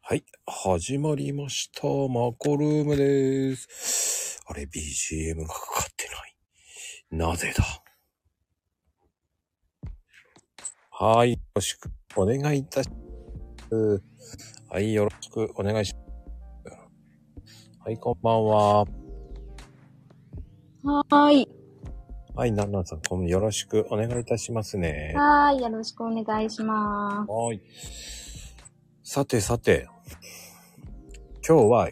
はい、始まりました。マコルームです。あれ、BGM がかかってない。なぜだ。はい、よろしくお願いいたします。はい、よろしくお願いします。はい、こんばんは。 はーい。 はい、ナンナンさん、よろしくお願いいたしますね。 はーい、よろしくお願いします。 はい。さて、今日は、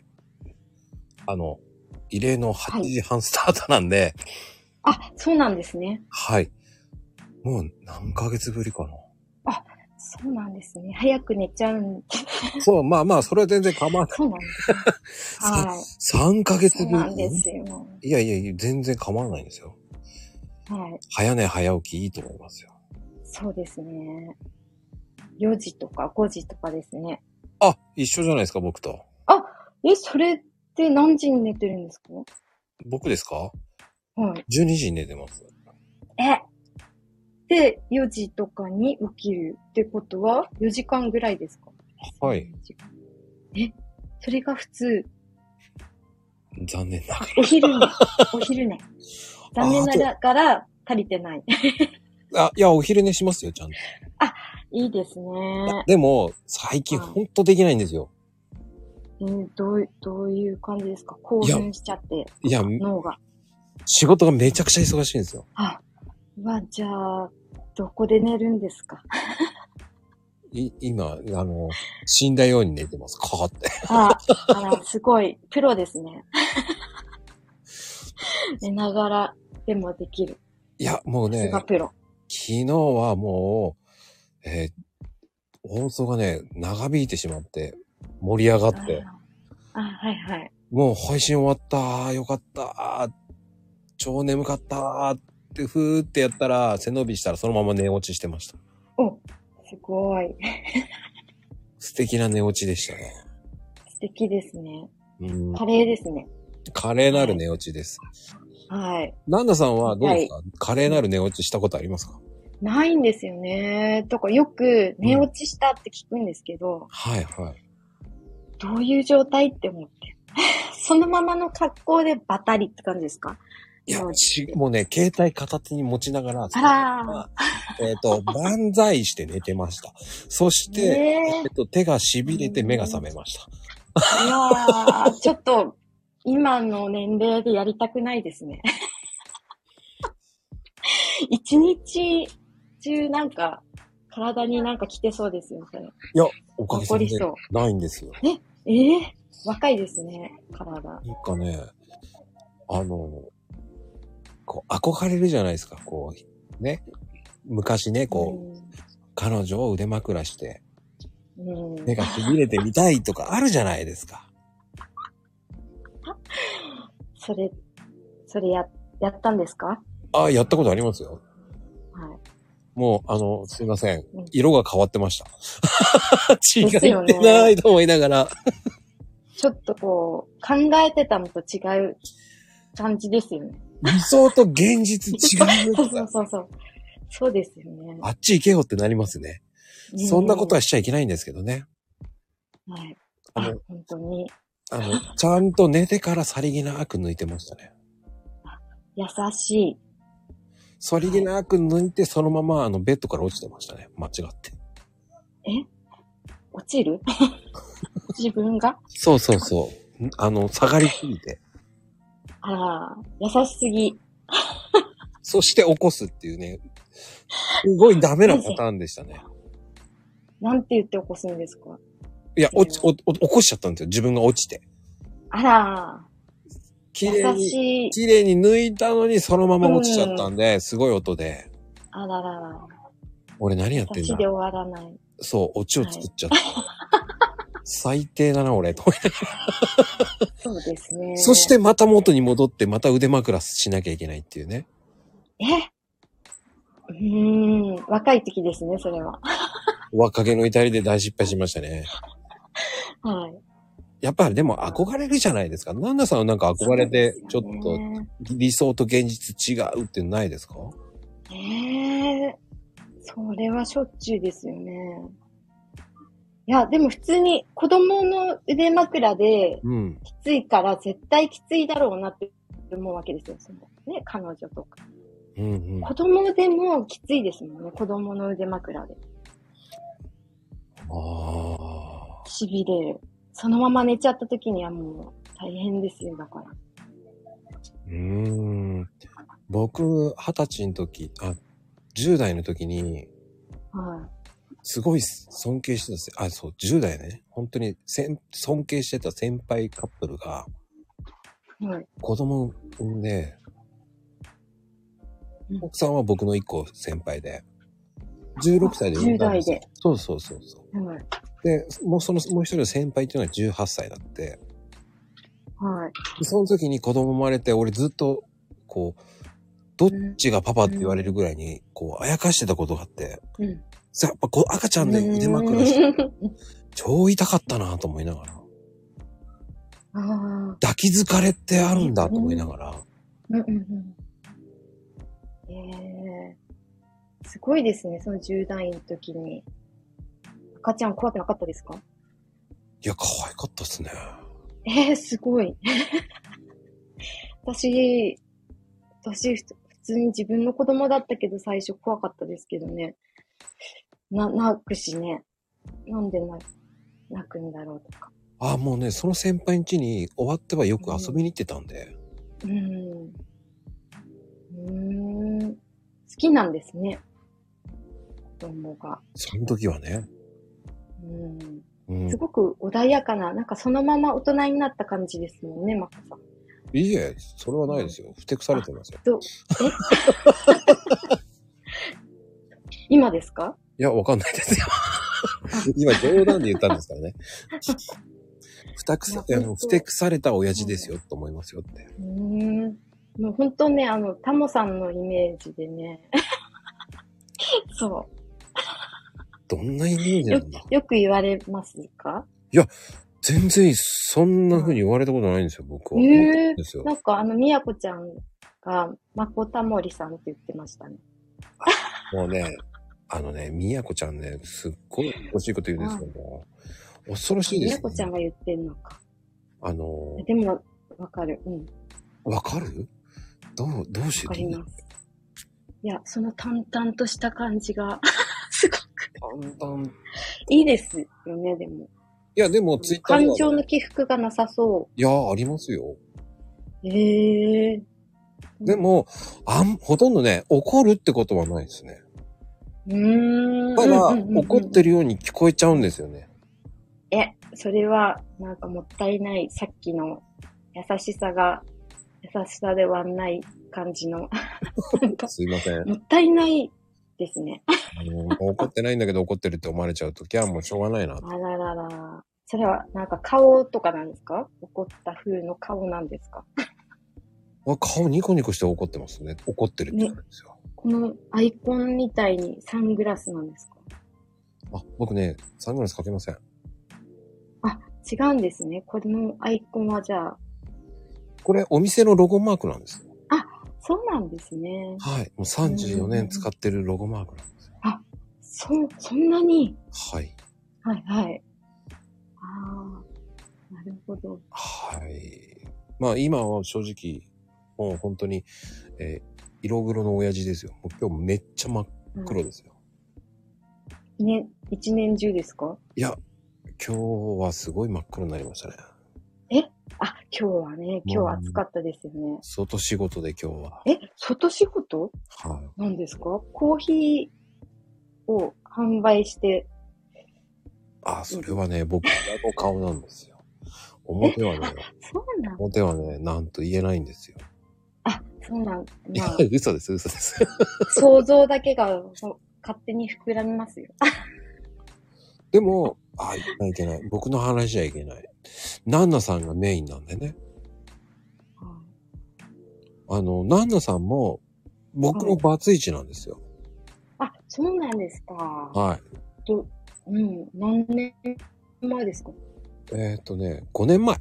異例の8時半スタートなんで、 はい、あ、そうなんですね。 はい。もう何ヶ月ぶりかな。 あ、そうなんですね。早く寝ちゃうんで。 そう、まあ、それは全然構わない。 そうなんですね。はい。 3ヶ月ぶり。 そうなんですよ。 いや、全然構わないんですよ。 はい。 早寝早起きいいと思いますよ。 そうですね。4時とか5時とかですね。 あ、一緒じゃないですか、僕と。 あ、それって何時に寝てるんですか？ 僕ですか？ はい。 12時に寝てます。 で、4時とかに起きるってことは4時間ぐらいですか？ はい。 それが普通。 残念ながら。 お昼寝。残念ながら足りてない。 いや、お昼寝しますよ、ちゃんと。 あ、いいですね。 でも、最近ほんとできないんですよ。 どういう感じですか？興奮しちゃって。 いや、 脳が。 仕事がめちゃくちゃ忙しいんですよ。 じゃあ、どこで寝るんですか？ 今、死んだように寝てます。かかって。 すごい、プロですね。寝ながらでもできる。 いや、もうね、 さすがプロ。 昨日はもう、放送がね、長引いてしまって、盛り上がって。 はいはい。 もう配信終わった。よかった。超眠かったってふーってやったら、背伸びしたらそのまま寝落ちしてました。 お、すごい。 素敵な寝落ちでしたね。 素敵ですね。カレーですね。 華麗なる寝落ちです。 はい。 ナンダさんはどうですか？華麗なる寝落ちしたことありますか？ ないんですよね。とかよく寝落ちしたって聞くんですけど、 はいはい。 どういう状態って思って。そのままの格好でバタリって感じですか？ いや、もうね、携帯片手に持ちながら、万歳して寝てました。そして、手が痺れて目が覚めました。 いやー、ちょっと、今の年齢でやりたくないですね。一日中なんか、体になんか来てそうですよ、それ。いや、おかげさまでないんですよ。 若いですね、体。 なんかね、こう、憧れるじゃないですか、こう、ね。昔ね、こう、彼女を腕枕して、目が痺れてみたいとかあるじゃないですか。 それやったんですか？ やったことありますよ。 はい。 もう、すいません。色が変わってました。違ってね、 ないと思いながら。 ちょっとこう、考えてたのと違う感じですよね。 理想と現実違う。 そう。そうですよね。 あっち行けよってなりますね。そんなことはしちゃいけないんですけどね。 はい。本当に。 ちゃんと寝てからさりげなく抜いてましたね。 優しい。 さりげなく抜いて、そのままベッドから落ちてましたね。間違って。 落ちる自分が？ そう。下がりすぎて。 優しすぎ。 そして起こすっていうね。すごいダメなパターンでしたね。 なんて言って起こすんですか？ いや、起こしちゃったんですよ。自分が落ちて。綺麗に抜いたのにそのまま落ちちゃったんで、すごい音で。俺何やってんだ。 私で終わらない。 そう、オチを作っちゃった。最低だな、俺。と思いながら。 そうですね。 そしてまた元に戻って、また腕枕しなきゃいけないっていうね。 若い時ですね、それは。 若気の至りで大失敗しましたね。 はい。 やっぱりでも憧れるじゃないですか。ナンナさんはなんか憧れて、ちょっと理想と現実違うってないですか？ それはしょっちゅうですよね。 いや、でも普通に子供の腕枕でうん。 きついから絶対きついだろうなって思うわけですよ。そのね、彼女とか。 うんうん。 子供でもきついですもんね。子供の腕枕で。 ああ。 痺れる。そのまま寝ちゃった時にはもう大変ですよ、だから。 僕、20歳の時、10代の時に、 はすごい尊敬してたそう、10代ね。本当に尊敬してた先輩カップルが、 い。はい。 子供産んで、奥さんは僕の1個先輩で、16歳で産んだんですよ。 10代で。 そうそうそうそう。 はい。 で、もう一人の先輩っていうのは18歳だって。 はい。 でその時に子供生まれて、俺ずっと、こう、どっちがパパって言われるぐらいに、こう、あやかしてたことがあって、 うん。 やっぱ赤ちゃんで腕枕して、超痛かったなと思いながら。抱き疲れってあるんだと思いながら。 すごいですね、その10代の時に。赤ちゃん怖くなかったですか？ いや、可愛かったっすね。 すごい。私、普通に自分の子供だったけど最初怖かったですけどね。泣くしね。なんで泣くんだろうとか。 もうね、その先輩ん家に終わってはよく遊びに行ってたんで。 好きなんですね。子供が。 その時はね。 すごく穏やかな、なんかそのまま大人になった感じですもんね、マコさん。 いいえ、それはないですよ。ふてくされてますよ。 今ですか？ いや、わかんないですよ。今冗談で言ったんですからね。ふてくされた親父ですよ、と思いますよって。 もう本当ね、タモさんのイメージでね。そう。 どんなイメージなんだ？ よく言われますか？ いや、全然そんな風に言われたことないんですよ、僕は。 なんかみやこちゃんが、まこたもりさんって言ってましたね。 もうね、みやこちゃんね、すっごい欲しいこと言うんですけど、恐ろしいですね。 みやこちゃんが言ってんのか。でも、わかる。 わかる？どうして？ わかります。いや、その淡々とした感じが、すごく。淡々。いいですよね、でも。 いや、でも、ツイッターでは、 感情の起伏がなさそう。 いや、ありますよ。 でも、ほとんどね、怒るってことはないですね。ただ、怒ってるように聞こえちゃうんですよね。 それは、なんかもったいない、さっきの優しさではない感じの。 すいません。 もったいないですね。 怒ってないんだけど怒ってるって思われちゃうときはもうしょうがないな。 あららら。それは、なんか顔とかなんですか？怒った風の顔なんですか？ 顔ニコニコして怒ってますね。怒ってるって言うんですよ。 このアイコンみたいにサングラスなんですか？ 僕ね、サングラスかけません。 違うんですね。このアイコンはじゃあ。 これお店のロゴマークなんですよ。 そうなんですね。 はい。もう34年使ってるロゴマークなんですよ。そんなに？ はい。 はいはい。なるほど。 はい。まあ今は正直、もう本当に、色黒の親父ですよ。もう今日めっちゃ真っ黒ですよ。 一年中ですか？ いや、今日はすごい真っ黒になりましたね。 今日はね、今日は暑かったですよね。 外仕事で今日は。 外仕事？ はい。 何ですか？コーヒーを販売して。 それはね、僕の顔なんですよ。表はね、 そうなん？ 表はね、なんと言えないんですよ。 そうなん。 嘘です。 想像だけが勝手に膨らみますよ。 でも、いけない。僕の話じゃいけない。ナンナさんがメインなんでね。ナンナさんも、僕もバツイチなんですよ。 そうなんですか。 はい。 何年前ですか ？5年前。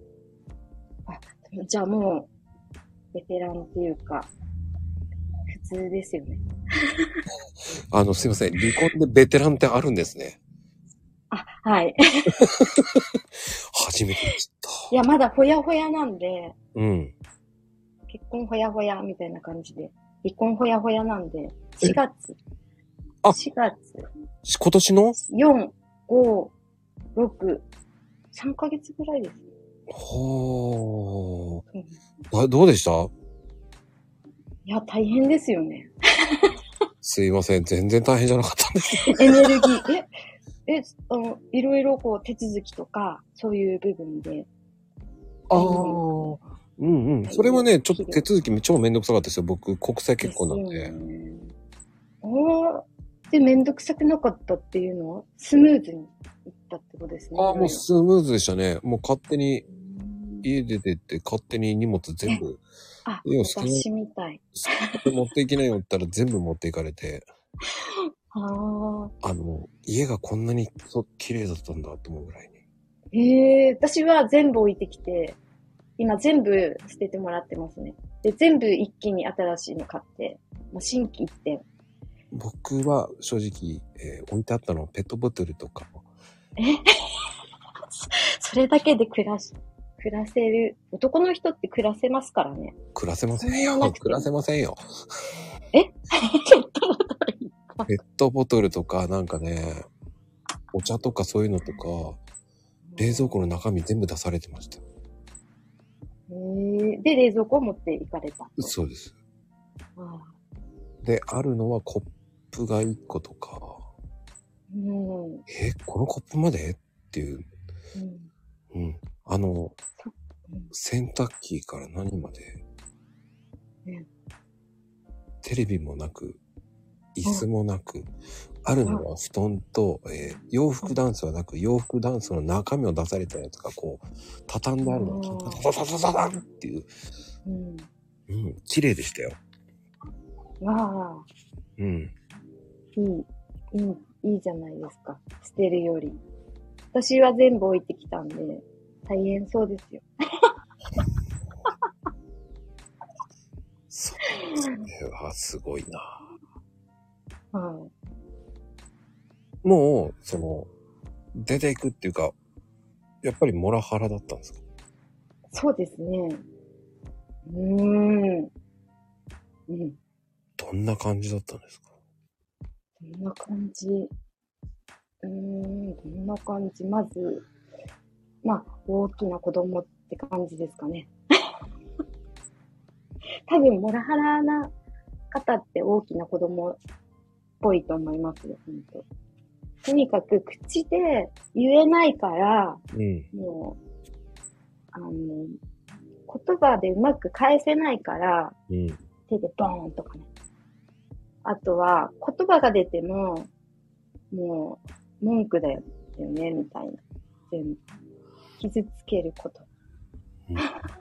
じゃあもう、ベテランっていうか、普通ですよね。 すいません。離婚でベテランってあるんですね。 あ、はい。 初めて知った。 いや、まだほやほやなんで、 うん。 結婚ほやほやみたいな感じで、離婚ほやほやなんで、4 え、 月、 あ、 4月、 今年の 4、5、6、3ヶ月ぐらいです。 ほうん、 ー。どうでした？ いや、大変ですよね。 すいません。全然大変じゃなかったんです。 エネルギー、いろいろこう手続きとか、そういう部分でああ。 大変ですね。 うんうん。それはね、ちょっと手続き超めんどくさかったですよ。僕、国際結ですよ婚なんで。 ね。で、めんどくさくなかったっていうのは、スムーズにいったってことですね、 ああ、もういろいろ。 スムーズでしたね。もう勝手に家出てって勝手に荷物全部、 あ、 家を好きな、 私みたい。 好きで持っていけないよって言ったら全部持っていかれて、 ああ。 家がこんなに綺麗だったんだと思うぐらいに。 私は全部置いてきて、今全部捨ててもらってますね。で、全部一気に新しいの買って、新規一点。 僕は正直、置いてあったのはペットボトルとか。 えそれだけで暮らせる。男の人って暮らせますからね。 暮らせませそんなんよ。暮らなくても。 せませんよ。 ペットボトルペットボトルとかなんかね、お茶とかそういうのとか、冷蔵庫の中身全部出されてました。 で、冷蔵庫を持って行かれた。 そうです。 あで、あるのはコップが1個とか、このコップまでっていう。うん。洗濯機から何まで、テレビもなく、椅子もなく、あるのは布団と、洋服ダンスはなく、洋服ダンスの中身を出されたやつがこう、畳んであるのをタタタタタタンっていう。綺麗でしたよ。 わあ。 うん。 いいじゃないですか。捨てるより。私は全部置いてきたんで、大変そうですよ。 それはすごいな。 はい。 もう、出ていくっていうか、やっぱりモラハラだったんですか？ そうですね。うん。 どんな感じだったんですか？ どんな感じ。どんな感じ。まず、大きな子供って感じですかね。多分、モラハラな方って大きな子供っぽいと思いますよ、本当。とにかく口で言えないから、もう、言葉でうまく返せないから、手でボーンとかね。あとは、言葉が出ても、もう、文句だよね、みたいな。全部。傷つけること。い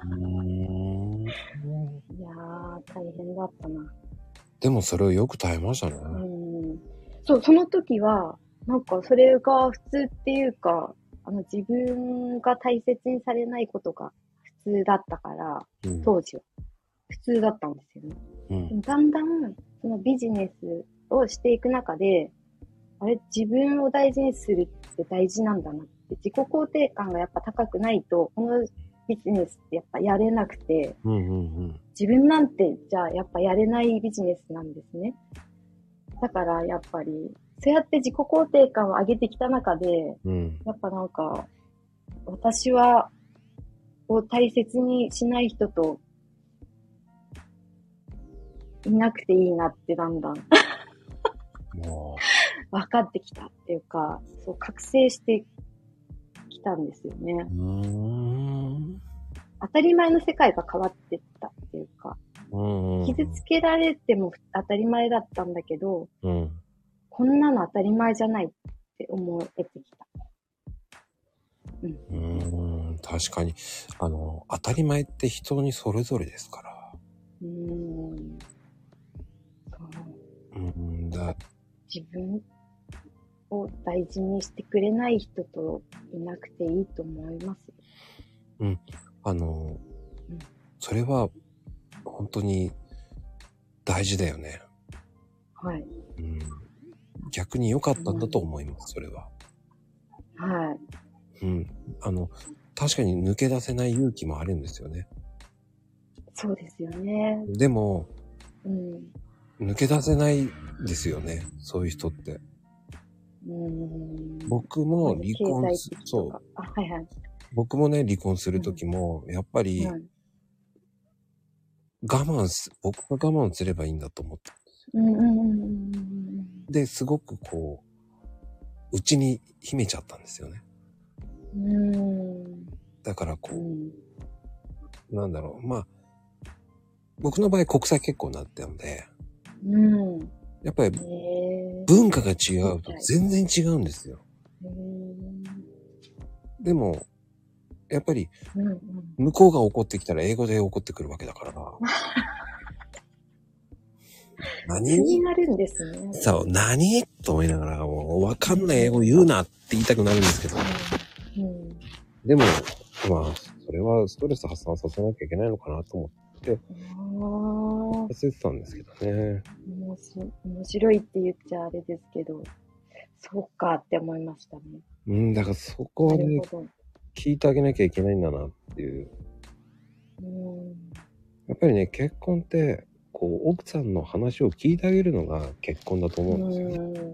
やー、大変だったな。 でもそれをよく耐えましたね。 そう、その時は、なんかそれが普通っていうか、自分が大切にされないことが普通だったから、当時は。普通だったんですよね。だんだん、そのビジネスをしていく中で、自分を大事にするって大事なんだなって、自己肯定感がやっぱ高くないと、このビジネスってやっぱやれなくて、自分なんてじゃあやっぱやれないビジネスなんですね。だからやっぱり、そうやって自己肯定感を上げてきた中で、やっぱなんか、私を大切にしない人といなくていいなってだんだん分かってきたっていうか、そう覚醒してきたんですよね。当たり前の世界が変わってったっていうか、傷つけられても当たり前だったんだけど、こんなの当たり前じゃないって思えてきた。 確かに。当たり前って人にそれぞれですから。 自分を大事にしてくれない人といなくていいと思います。 それは本当に大事だよね。 はい。 逆に良かったんだと思います、それは。 うん。確かに抜け出せない勇気もあるんですよね。 そうですよね。 でも、 うん。 抜け出せないですよね。そういう人って。僕も離経済婚す、そ的とか。あ、はいはい。 う。僕もね、離婚するときも、やっぱりはい。 僕が我慢すればいいんだと思ったんですよ。で、すごくこう、内に秘めちゃったんですよね。だからこう、なんだろう。まあ、僕の場合国際結婚になったので、やっぱり文化が違うと全然違うんですよ。でも、やっぱり、向こうが怒ってきたら英語で怒ってくるわけだから。 気になるんですね。 そう、何と思いながら、もうわかんない英語言うなって言いたくなるんですけど。でも、まあ、それはストレス発散させなきゃいけないのかなと思って、焦ってたんですけどね。 面白いって言っちゃあれですけど、そうかって思いましたね。 だからそこはね、聞いてあげなきゃいけないんだなっていう。やっぱりね、結婚って、こう、奥さんの話を聞いてあげるのが結婚だと思うんですよね。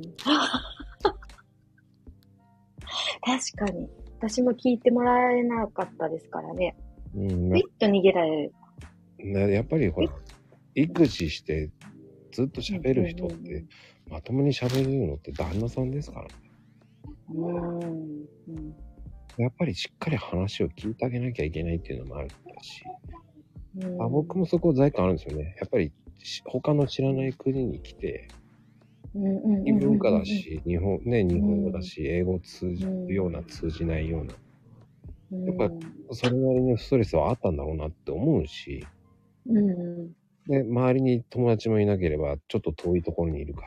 確かに。私も聞いてもらえなかったですからね。ピッと逃げられる。 やっぱりほら、育児してずっと喋る人って、まともに喋れるのって旦那さんですからね。やっぱりしっかり話を聞いてあげなきゃいけないっていうのもあるんだし。僕もそこ罪悪感あるんですよね。やっぱり他の知らない国に来て、異文化だし、日本語だし、英語通じるような通じないような。やっぱそれなりにストレスはあったんだろうなって思うし、で、周りに友達もいなければちょっと遠いところにいるから、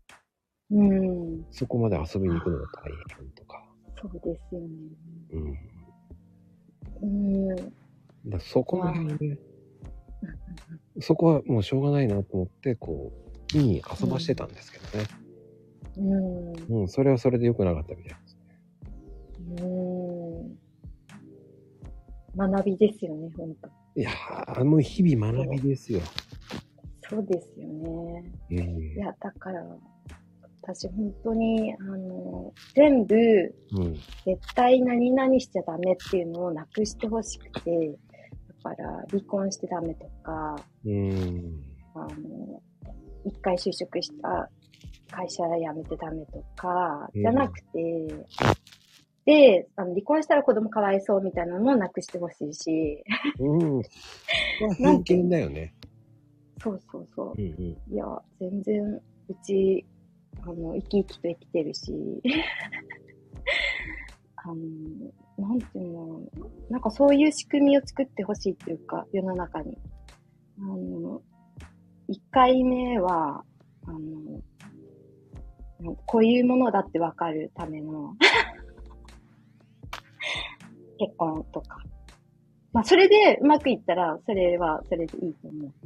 そこまで遊びに行くのが大変とか。 そうですよね。 だそこの辺ね、そこはもうしょうがないなと思って、こう、いい遊ばしてたんですけどね。それはそれで良くなかったみたいですね。学びですよね、ほんと。 いやー、もう日々学びですよ。 そうですよね。いや、だから、私本当に、全部、絶対何々しちゃダメっていうのをなくしてほしくて、だから離婚してダメとか、一回就職した会社辞めてダメとか、じゃなくて、で、離婚したら子供かわいそうみたいなのもなくしてほしいし。 偏見だよね。 そうそうそう。いや、全然、うち、生き生きと生きてるし、なんていうの、なんかそういう仕組みを作ってほしいっていうか、世の中に。1回目は、こういうものだってわかるための結婚とか。まあ、それでうまくいったら、それはそれでいいと思う。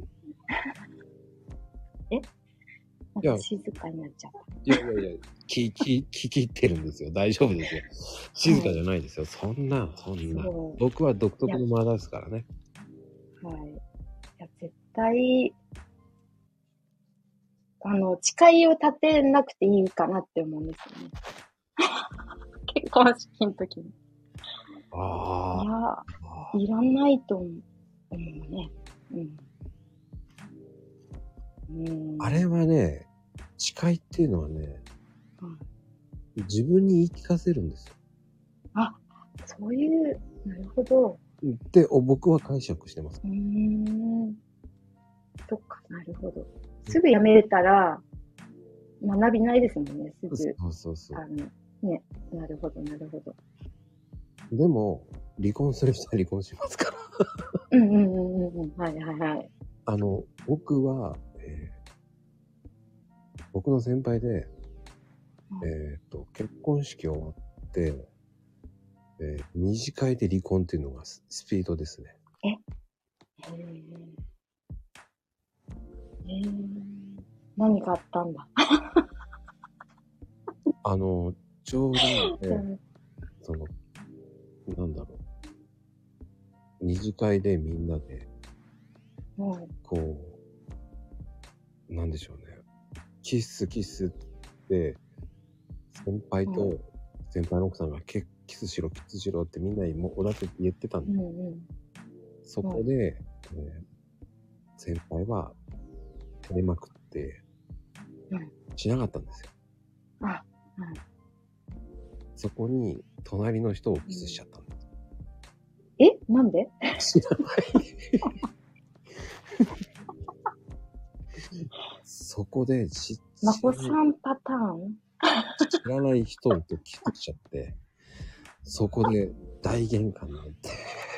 なんか静かになっちゃった。 いや、聞き入ってるんですよ。大丈夫ですよ。静かじゃないですよ。そんな。僕は独特の間ですからね。 はい。いや、絶対、誓いを立てなくていいかなって思うんですよね。結婚式の時に。いや、いらないと思うね。 あれはね、誓いっていうのはね、自分に言い聞かせるんですよ。 あ、そういう、なるほど。 って僕は解釈してます。 そっか、なるほど。すぐやめれたら、学びないですもんね、すぐ。 そう。 ね、なるほど、なるほど。 でも、離婚する人は離婚しますから。 はい。 僕は、僕の先輩で、結婚式終わって、二次会で離婚っていうのがスピードですね。 何があったんだちょうど、 なんだろう。二次会でみんなで、こう、なんでしょうね。キッスって先輩の奥さんがキスしろってみんなにもうおだてて言ってたんで、そこで、先輩は照れまくってしなかったんですよ。そこに隣の人をキスしちゃったんです。 なんで？ 知らない。そこでまこさんパターン？ 知らない人とキスしちゃって、そこで大喧嘩になって、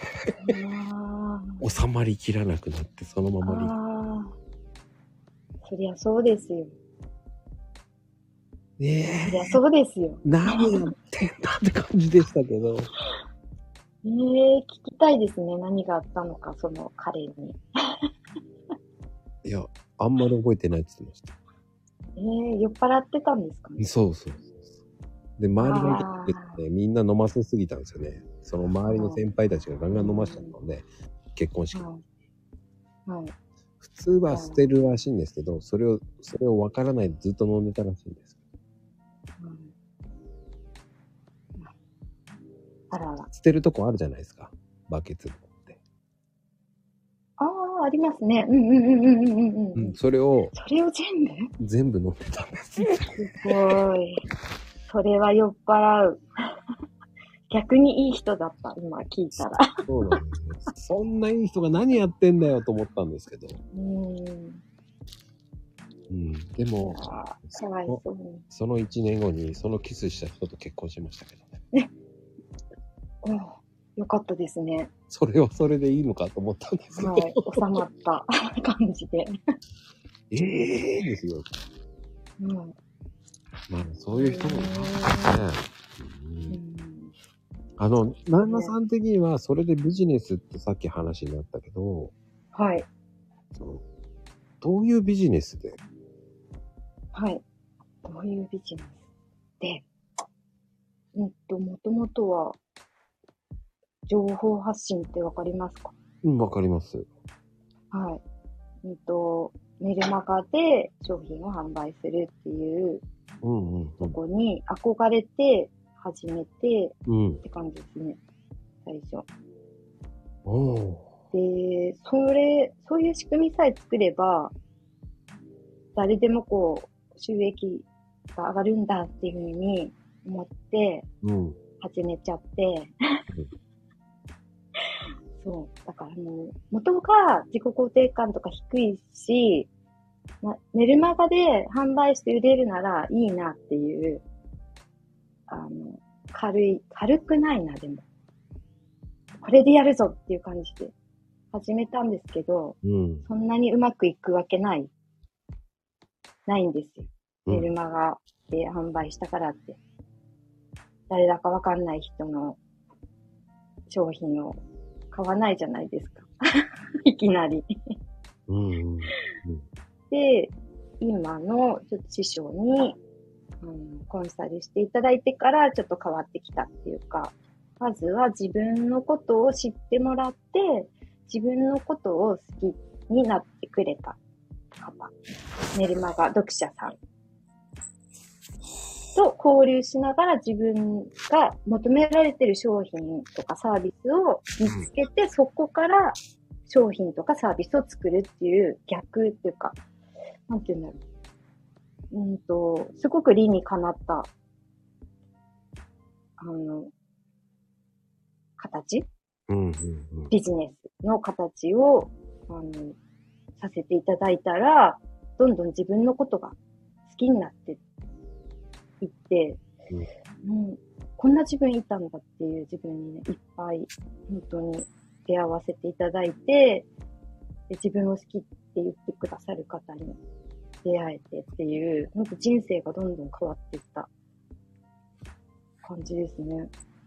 収まりきらなくなって、そのままに。 そりゃそうですよ。そりゃそうですよ。 何やってんだって感じでしたけど。 聞きたいですね。何があったのか、その彼に。 いや、あんまり覚えてないって言ってました。 酔っ払ってたんですかね。 そう。で、周りの人ってみんな飲ませすぎたんですよね。その周りの先輩たちがガンガン飲ましちゃったので、結婚式。普通は捨てるらしいんですけど、それを分からないでずっと飲んでたらしいんです。捨てるとこあるじゃないですか。バケツって。 ありますね。 それを全部飲んでたんです。 すごい。それは酔っ払う。逆にいい人だった、今聞いたら。 そうなんですね。そんないい人が何やってんだよと思ったんですけど。でも、 かわいそうに。 その1年後にそのキスした人と結婚しましたけどね。 よかったですね。 それはそれでいいのかと思ったんですけど。 収まった感じで。 ですよ。まあ、そういう人もいますね。旦那さん的にはそれでビジネスってさっき話になったけど、どういうビジネスで？ どういうビジネスで、もともとは、情報発信ってわかりますか？ わかります。 メルマガで商品を販売するっていう、そこに憧れて始めて、って感じですね、最初。で、そういう仕組みさえ作れば、誰でも収益が上がるんだっていうふうに思って、始めちゃって、そう。だから元が自己肯定感とか低いし、メルマガで販売して売れるならいいなっていう、軽くないな、でも。これでやるぞっていう感じで始めたんですけど、そんなにうまくいくわけないんですよ。メルマガで販売したからって。誰だかわかんない人の商品を買わないじゃないですか。いきなり。で、今のちょっと師匠に、コンサルしていただいてからちょっと変わってきたっていうか、まずは自分のことを知ってもらって、自分のことを好きになってくれた方。メルマガ読者さんと交流しながら自分が求められている商品とかサービスを見つけて、そこから商品とかサービスを作るっていう逆っていうか、なんていうんだろう。すごく理にかなった、形、ビジネスの形を、させていただいたら、どんどん自分のことが好きになっていって、こんな自分いたんだっていう自分にね、いっぱい本当に出会わせていただいて、で自分を好きって言ってくださる方に出会えてっていう、本当人生がどんどん変わっていった感じですね。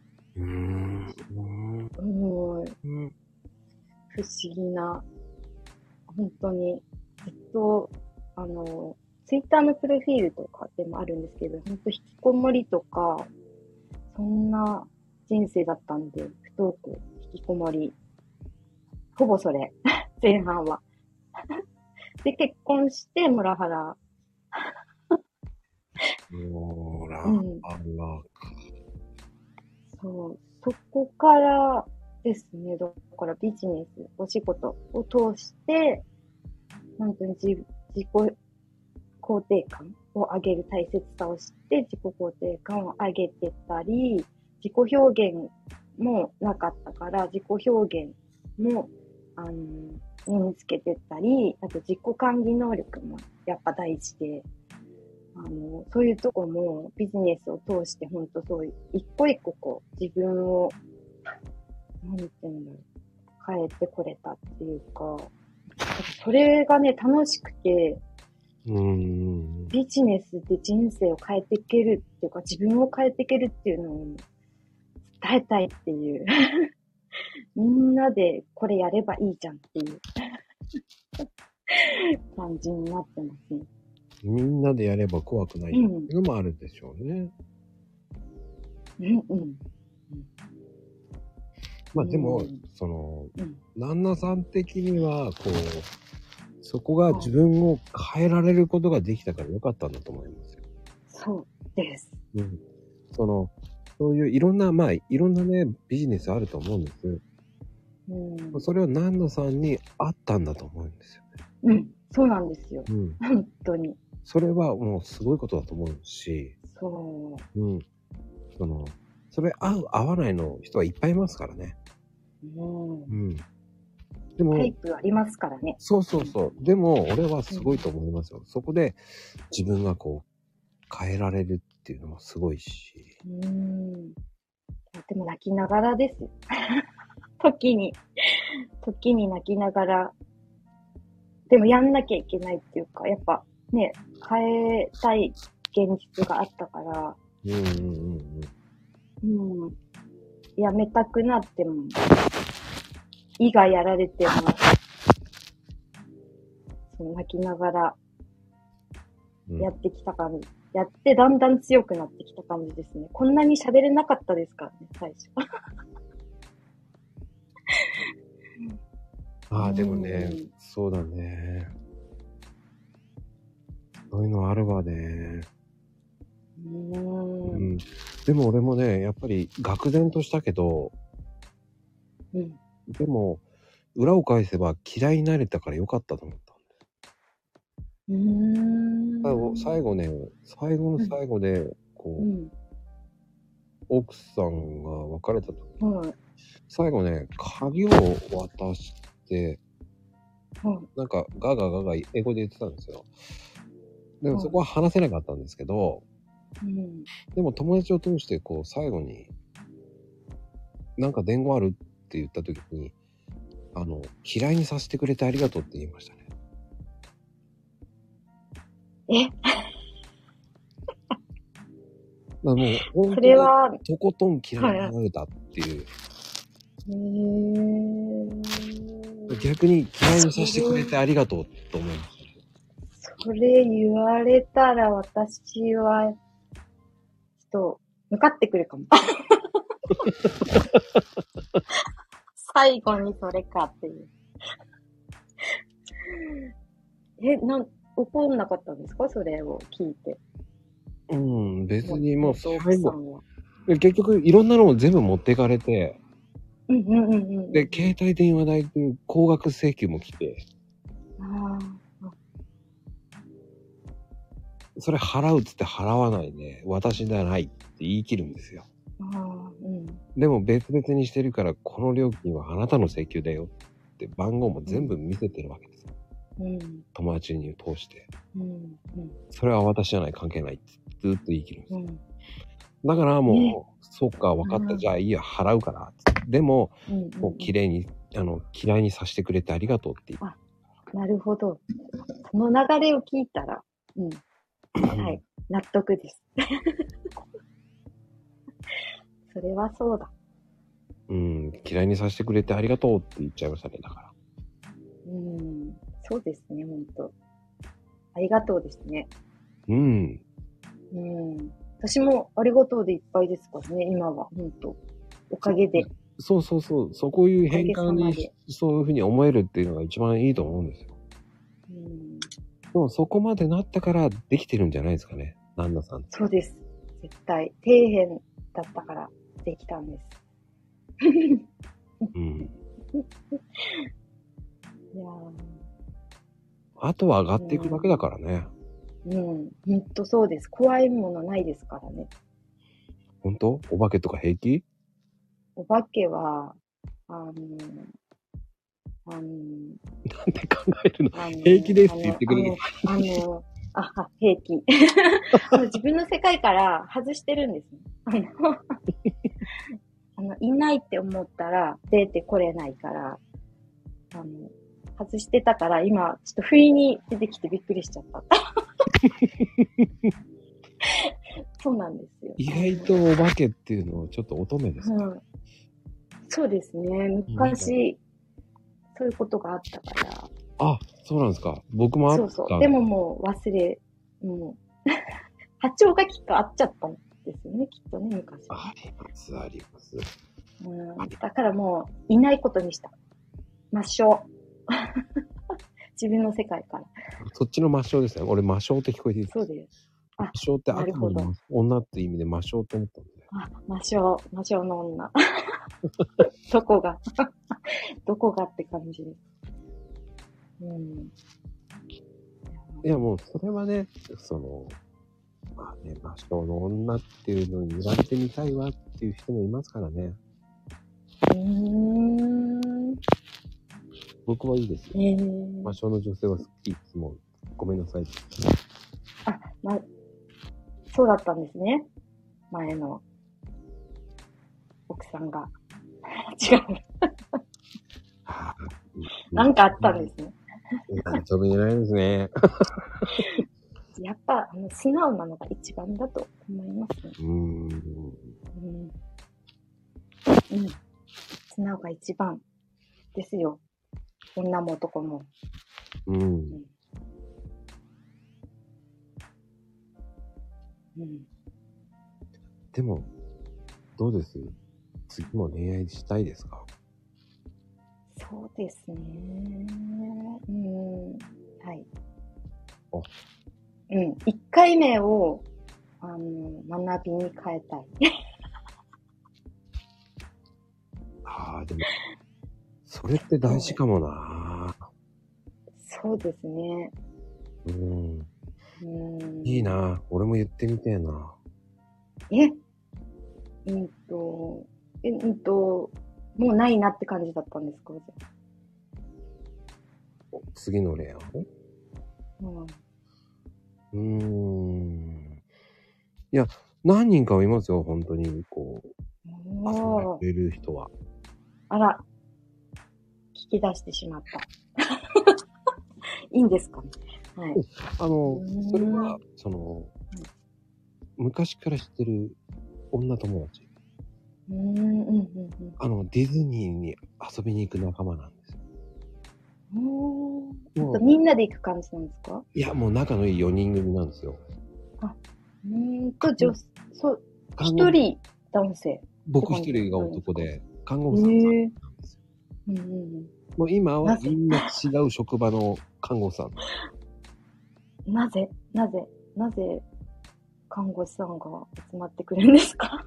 不思議な、本当にずっと、ツイッターのプロフィールとかでもあるんですけど、本当引きこもりとか、そんな人生だったんで、不登校、引きこもり、ほぼそれ、前半は。で、結婚して、モラハラ。 モラハラか。 そう。そこからですね、だからビジネス、お仕事を通して、本当に自己肯定感を上げる大切さを知って、自己肯定感を上げてたり、自己表現もなかったから、自己表現も、身につけてったり、あと自己管理能力もやっぱ大事で、そういうとこもビジネスを通して本当そういう、一個一個こう、自分を、なんていうんだろう、変えてこれたっていうか、それがね、楽しくて、ビジネスで人生を変えていけるっていうか、自分を変えていけるっていうのを伝えたいっていう。みんなでこれやればいいじゃんっていう感じになってますね。 みんなでやれば怖くないっていうのもあるでしょうね。まあでも、旦那さん的には、こう、そこが自分を変えられることができたからよかったんだと思いますよ。 そうです。 そういういろんな、まあ、いろんなね、ビジネスあると思うんです。それは南野さんにあったんだと思うんですよね。そうなんですよ。本当に。 それはもうすごいことだと思うし。 そう。 それ合う合わないの人はいっぱいいますからね。 でも、タイプありますからね。 そう。でも、俺はすごいと思いますよ。そこで自分がこう、変えられるっていうのもすごいし。 でも泣きながらですよ。時に泣きながら。でもやんなきゃいけないっていうか、やっぱね、変えたい現実があったから。やめたくなっても、胃がやられても、泣きながら、やってきた感じ。やってだんだん強くなってきた感じですね。こんなに喋れなかったですからね、最初。 でもね、そうだね。そういうのあるわね。でも俺もね、やっぱり愕然としたけど、でも、裏を返せば嫌いになれたからよかったと思ったんだ。最後ね、最後の最後で、こう、奥さんが別れた時、最後ね、鍵を渡して、なんかガガガガ英語で言ってたんですよ。でもそこは話せなかったんですけど、でも友達を通してこう最後になんか伝言あるって言った時に嫌いにさせてくれてありがとうって言いましたね。もう本当にとことん嫌いになれたっていう。逆に嫌いにさせてくれてありがとうと思いましたね。 それ言われたら私は、ちょっと、向かってくるかも。最後にそれかっていう。怒んなかったんですかそれを聞いて。 別にもう最後。結局いろんなのを全部持っていかれて、で、携帯電話代という高額請求も来て、それ払うっつって払わないで、私じゃないって言い切るんですよ。でも別々にしてるから、この料金はあなたの請求だよって番号も全部見せてるわけですよ。友達に通して。それは私じゃない、関係ないってずっと言い切るんですよ。だからもう、そっか、分かった、じゃあいいや、払うから。でも、もう綺麗に、嫌いにさせてくれてありがとうって言う。 なるほど。その流れを聞いたら、はい、納得です。それはそうだ。 嫌いにさせてくれてありがとうって言っちゃいましたね、だから。 そうですね、ほんと。ありがとうですね。私もありがとうでいっぱいですからね、今は、ほんと。 おかげで。 そうそうそう。そういう変換に、そういうふうに思えるっていうのが一番いいと思うんですよ。でもそこまでなったからできてるんじゃないですかね。ナンナさん。 そうです。絶対。底辺だったからできたんです。 うん。 いやあとは上がっていくだけだからね。 ほんとそうです。怖いものないですからね。 本当？お化けとか平気？ お化けは、なんで考えるの？平気ですって言ってくれる。 平気。自分の世界から外してるんですね。いないって思ったら出てこれないから、外してたから今、ちょっと不意に出てきてびっくりしちゃった。そうなんですよ。 意外とお化けっていうのはちょっと乙女ですか？ そうですね。昔、そういうことがあったから。 あ、そうなんですか。僕もあった。 そうそう。でももうもう、波長がきっと合っちゃったんですよね、きっとね、昔、ね。 あります、あります。 だからもう、いないことにした。抹消。自分の世界から。 そっちの抹消ですね。俺、魔性って聞こえていい？ そうです。 魔性って悪魔の女って意味で魔性って思ったんで。 魔性の女。どこがって感じです。 いや、もう、それはね、まあね、魔性の女っていうのに言われてみたいわっていう人もいますからね。僕はいいですよ。魔性の女性は好き。いつもごめんなさい。 そうだったんですね。前の奥さんが。違う。なんかあったんですね。 それじゃないですね。 やっぱ、素直なのが一番だと思いますね。素直が一番ですよ。女も男も。 でも、どうです？次も恋愛したいですか？ そうですね。はい。1回目を、学びに変えたい。 でも、それって大事かもな。 そうですね。 いいな。俺も言ってみてえな。 もうないなって感じだったんですか？ 次の恋愛？いや、何人かはいますよ、本当に、遊んでくれる人は。 あら、聞き出してしまった。いいんですかね。はい。 それは、昔から知ってる女友達。ディズニーに遊びに行く仲間なんですよ。みんなで行く感じなんですか？ いや、もう仲のいい4人組なんですよ。 一人男性。 僕一人が男で、看護婦さんなんですよ。もう今はみんな違う職場の看護師さん。 なぜ看護師さんが集まってくるんですか？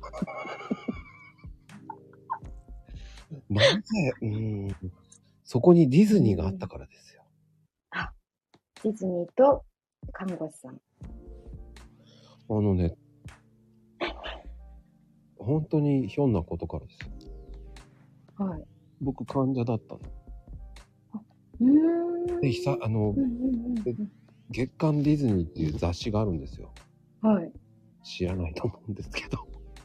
なぜ、そこにディズニーがあったからですよ。 ディズニーと看護師さん。 本当にひょんなことからですよ。 はい。 僕患者だったの。で、月刊ディズニーっていう雑誌があるんですよ。 はい。 知らないと思うんですけど。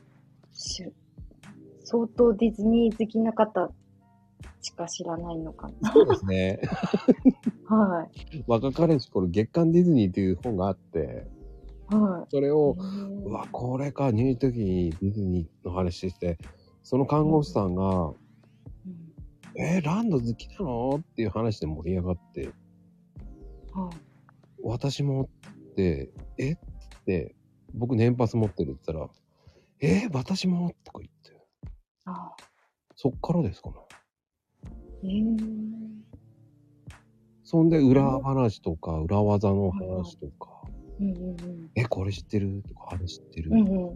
相当ディズニー好きな方しか知らないのかな。 そうですね。 はい。 若かりし頃月刊ディズニーっていう本があって、 はい。 それを、これか、入院時にディズニーの話して、その看護師さんが、ランド好きなのっていう話で盛り上がって、私もって、って、僕年パス持ってるって言ったら、私もとか言って。 あ、 そっからですかね。 ー。 そんで裏話とか裏技の話とか、 うんうんうん。 これ知ってるとか、あれ知ってる、 うんうん。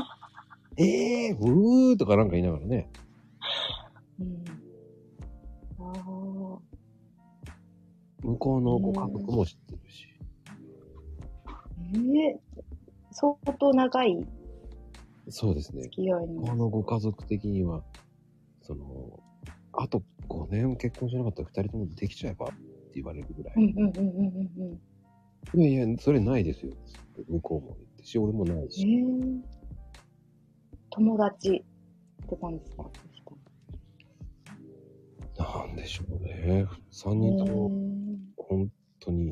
うーとかなんか言いながらね。 うん。ああ。 向こうのご家族も知ってるし。 相当長いそうですね。 付き合い向こうのご家族的には、あと5年結婚しなかったら2人ともできちゃえばって言われるぐらい。 うんうんうんうんうん。 いやいや、それないですよ。向こうも言ってし、俺もないし。 友達って感じですか？ なんでしょうね。3人とも、本当に、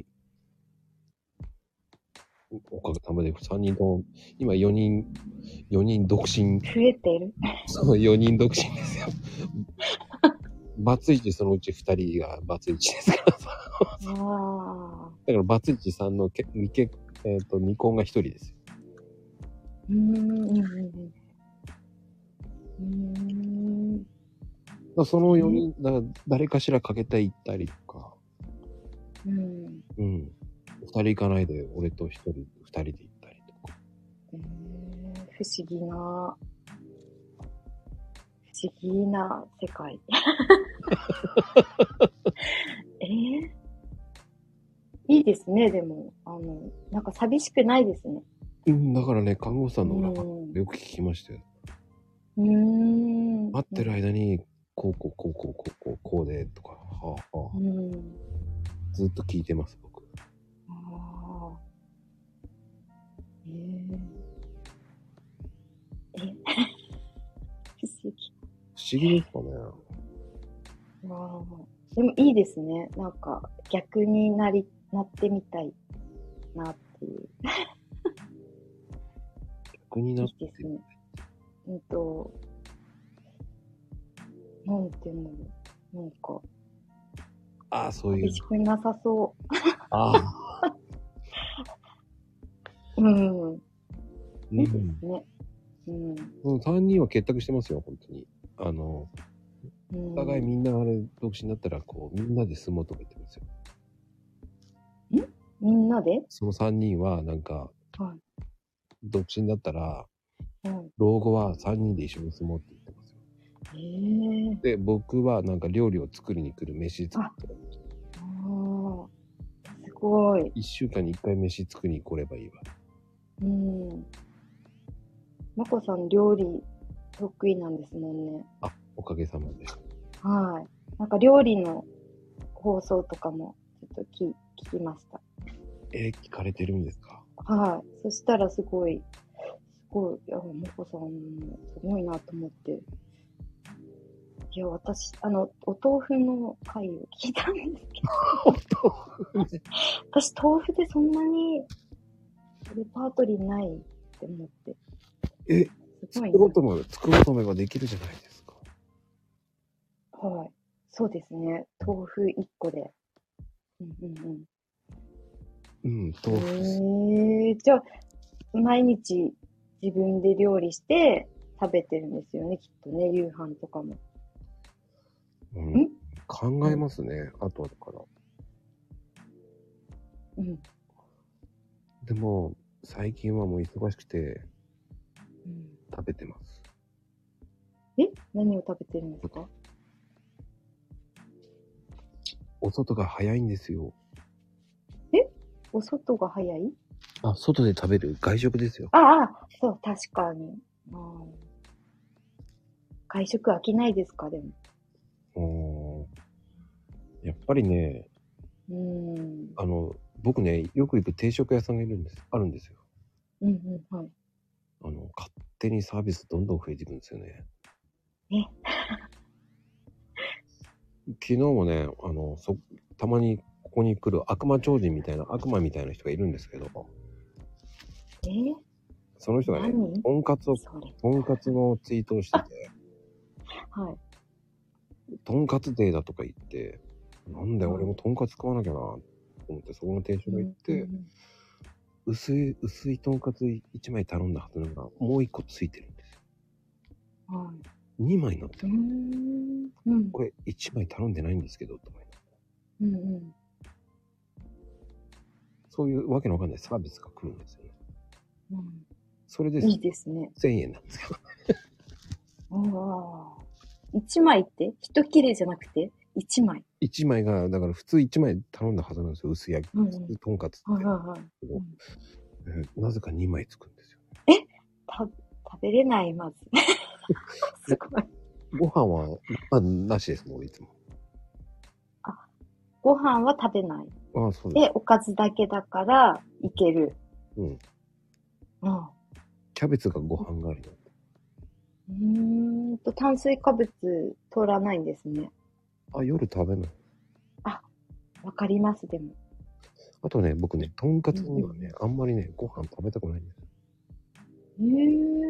おかげさまで3人とも、今4人独身。 増えてる？ そう、4人独身ですよ。バツイチそのうち2人がバツイチですからさ。だからバツイチさんの未婚が1人ですよ。その4人、誰かしらかけていったりとか。うん。2人行かないで、俺と2人で行ったりとか。 不思議な世界。いいですね、でも。なんか寂しくないですね。 だからね、看護師さんの裏話よく聞きましたよ。待ってる間に、こうで、とか、ずっと聞いてます、僕。不思議ですかね。 でもいいですね。なんか逆になってみたいなっていう。 逆になってみたい。 いいですね。なんていうの、なんか。 そういう。 寂しくなさそう。いいですね。 3人は結託してますよ、本当に。お互いみんな独身だったら、みんなで住もうとか言ってますよ。 みんなで？ その3人は、なんか、独身だったら、老後は3人で一緒に住もうって言ってますよ。で、僕はなんか料理を作りに来る、飯作って。 すごい。 1週間に1回飯作りに来ればいいわ。 まこさん料理得意なんですもんね。 おかげさまで。 はい。なんか料理の放送とかもちょっと聞きました。 聞かれてるんですか？ はい。そしたらすごい、まこさんもすごいなと思って。いや、私、お豆腐の回を聞いたんですけど。私、豆腐でそんなにレパートリーないって思って。 作ろうと思えばできるじゃないですか。 はい。そうですね。豆腐1個で。豆腐。じゃあ、毎日自分で料理して食べてるんですよね、きっとね、夕飯とかも。 考えますね、後から。でも、最近はもう忙しくて、食べてます。 何を食べてるんですか？ お外が早いんですよ。 お外が早い？ 外で食べる外食ですよ。 そう、確かに。外食飽きないですか、でも。 やっぱりね、僕ね、よく行く定食屋さんがあるんですよ。 はい。 勝手にサービスどんどん増えていくんですよね。昨日もね、たまにここに来る悪魔みたいな人がいるんですけど、その人がね、とんかつのツイートをしてて、とんかつデーだとか言って、なんで俺もとんかつ食わなきゃなと思って、そこの店主が言って、薄いとんかつ1枚頼んだはずなのが、もう1個ついてるんですよ。 2枚乗ってた。 うん。 これ1枚頼んでないんですけど、とかうんうん。 そういうわけのわかんないサービスが来るんですよね。 うん。 それでいいですね。 1000円なんですよ。 ああ。1枚って一切れじゃなくて1枚。 1枚が、だから普通1枚頼んだはずなんですよ。薄焼き、 うんうん。 とんかつって。 はいはいはい。うん、 なぜか2枚つくんですよ。 食べれない、まず。すごい。 ご飯は、なしですもん、いつも。 あ、ご飯は食べない。 ああ、そうです。 で、おかずだけだから、いける。 うん。 うん。 キャベツがご飯代わりなんで。 炭水化物取らないんですね。 あ、夜食べない。 あ、わかります、でも。 あとね、僕ね、とんかつにはね、 うんうんあんまりね、ご飯食べたくないんです。 うん。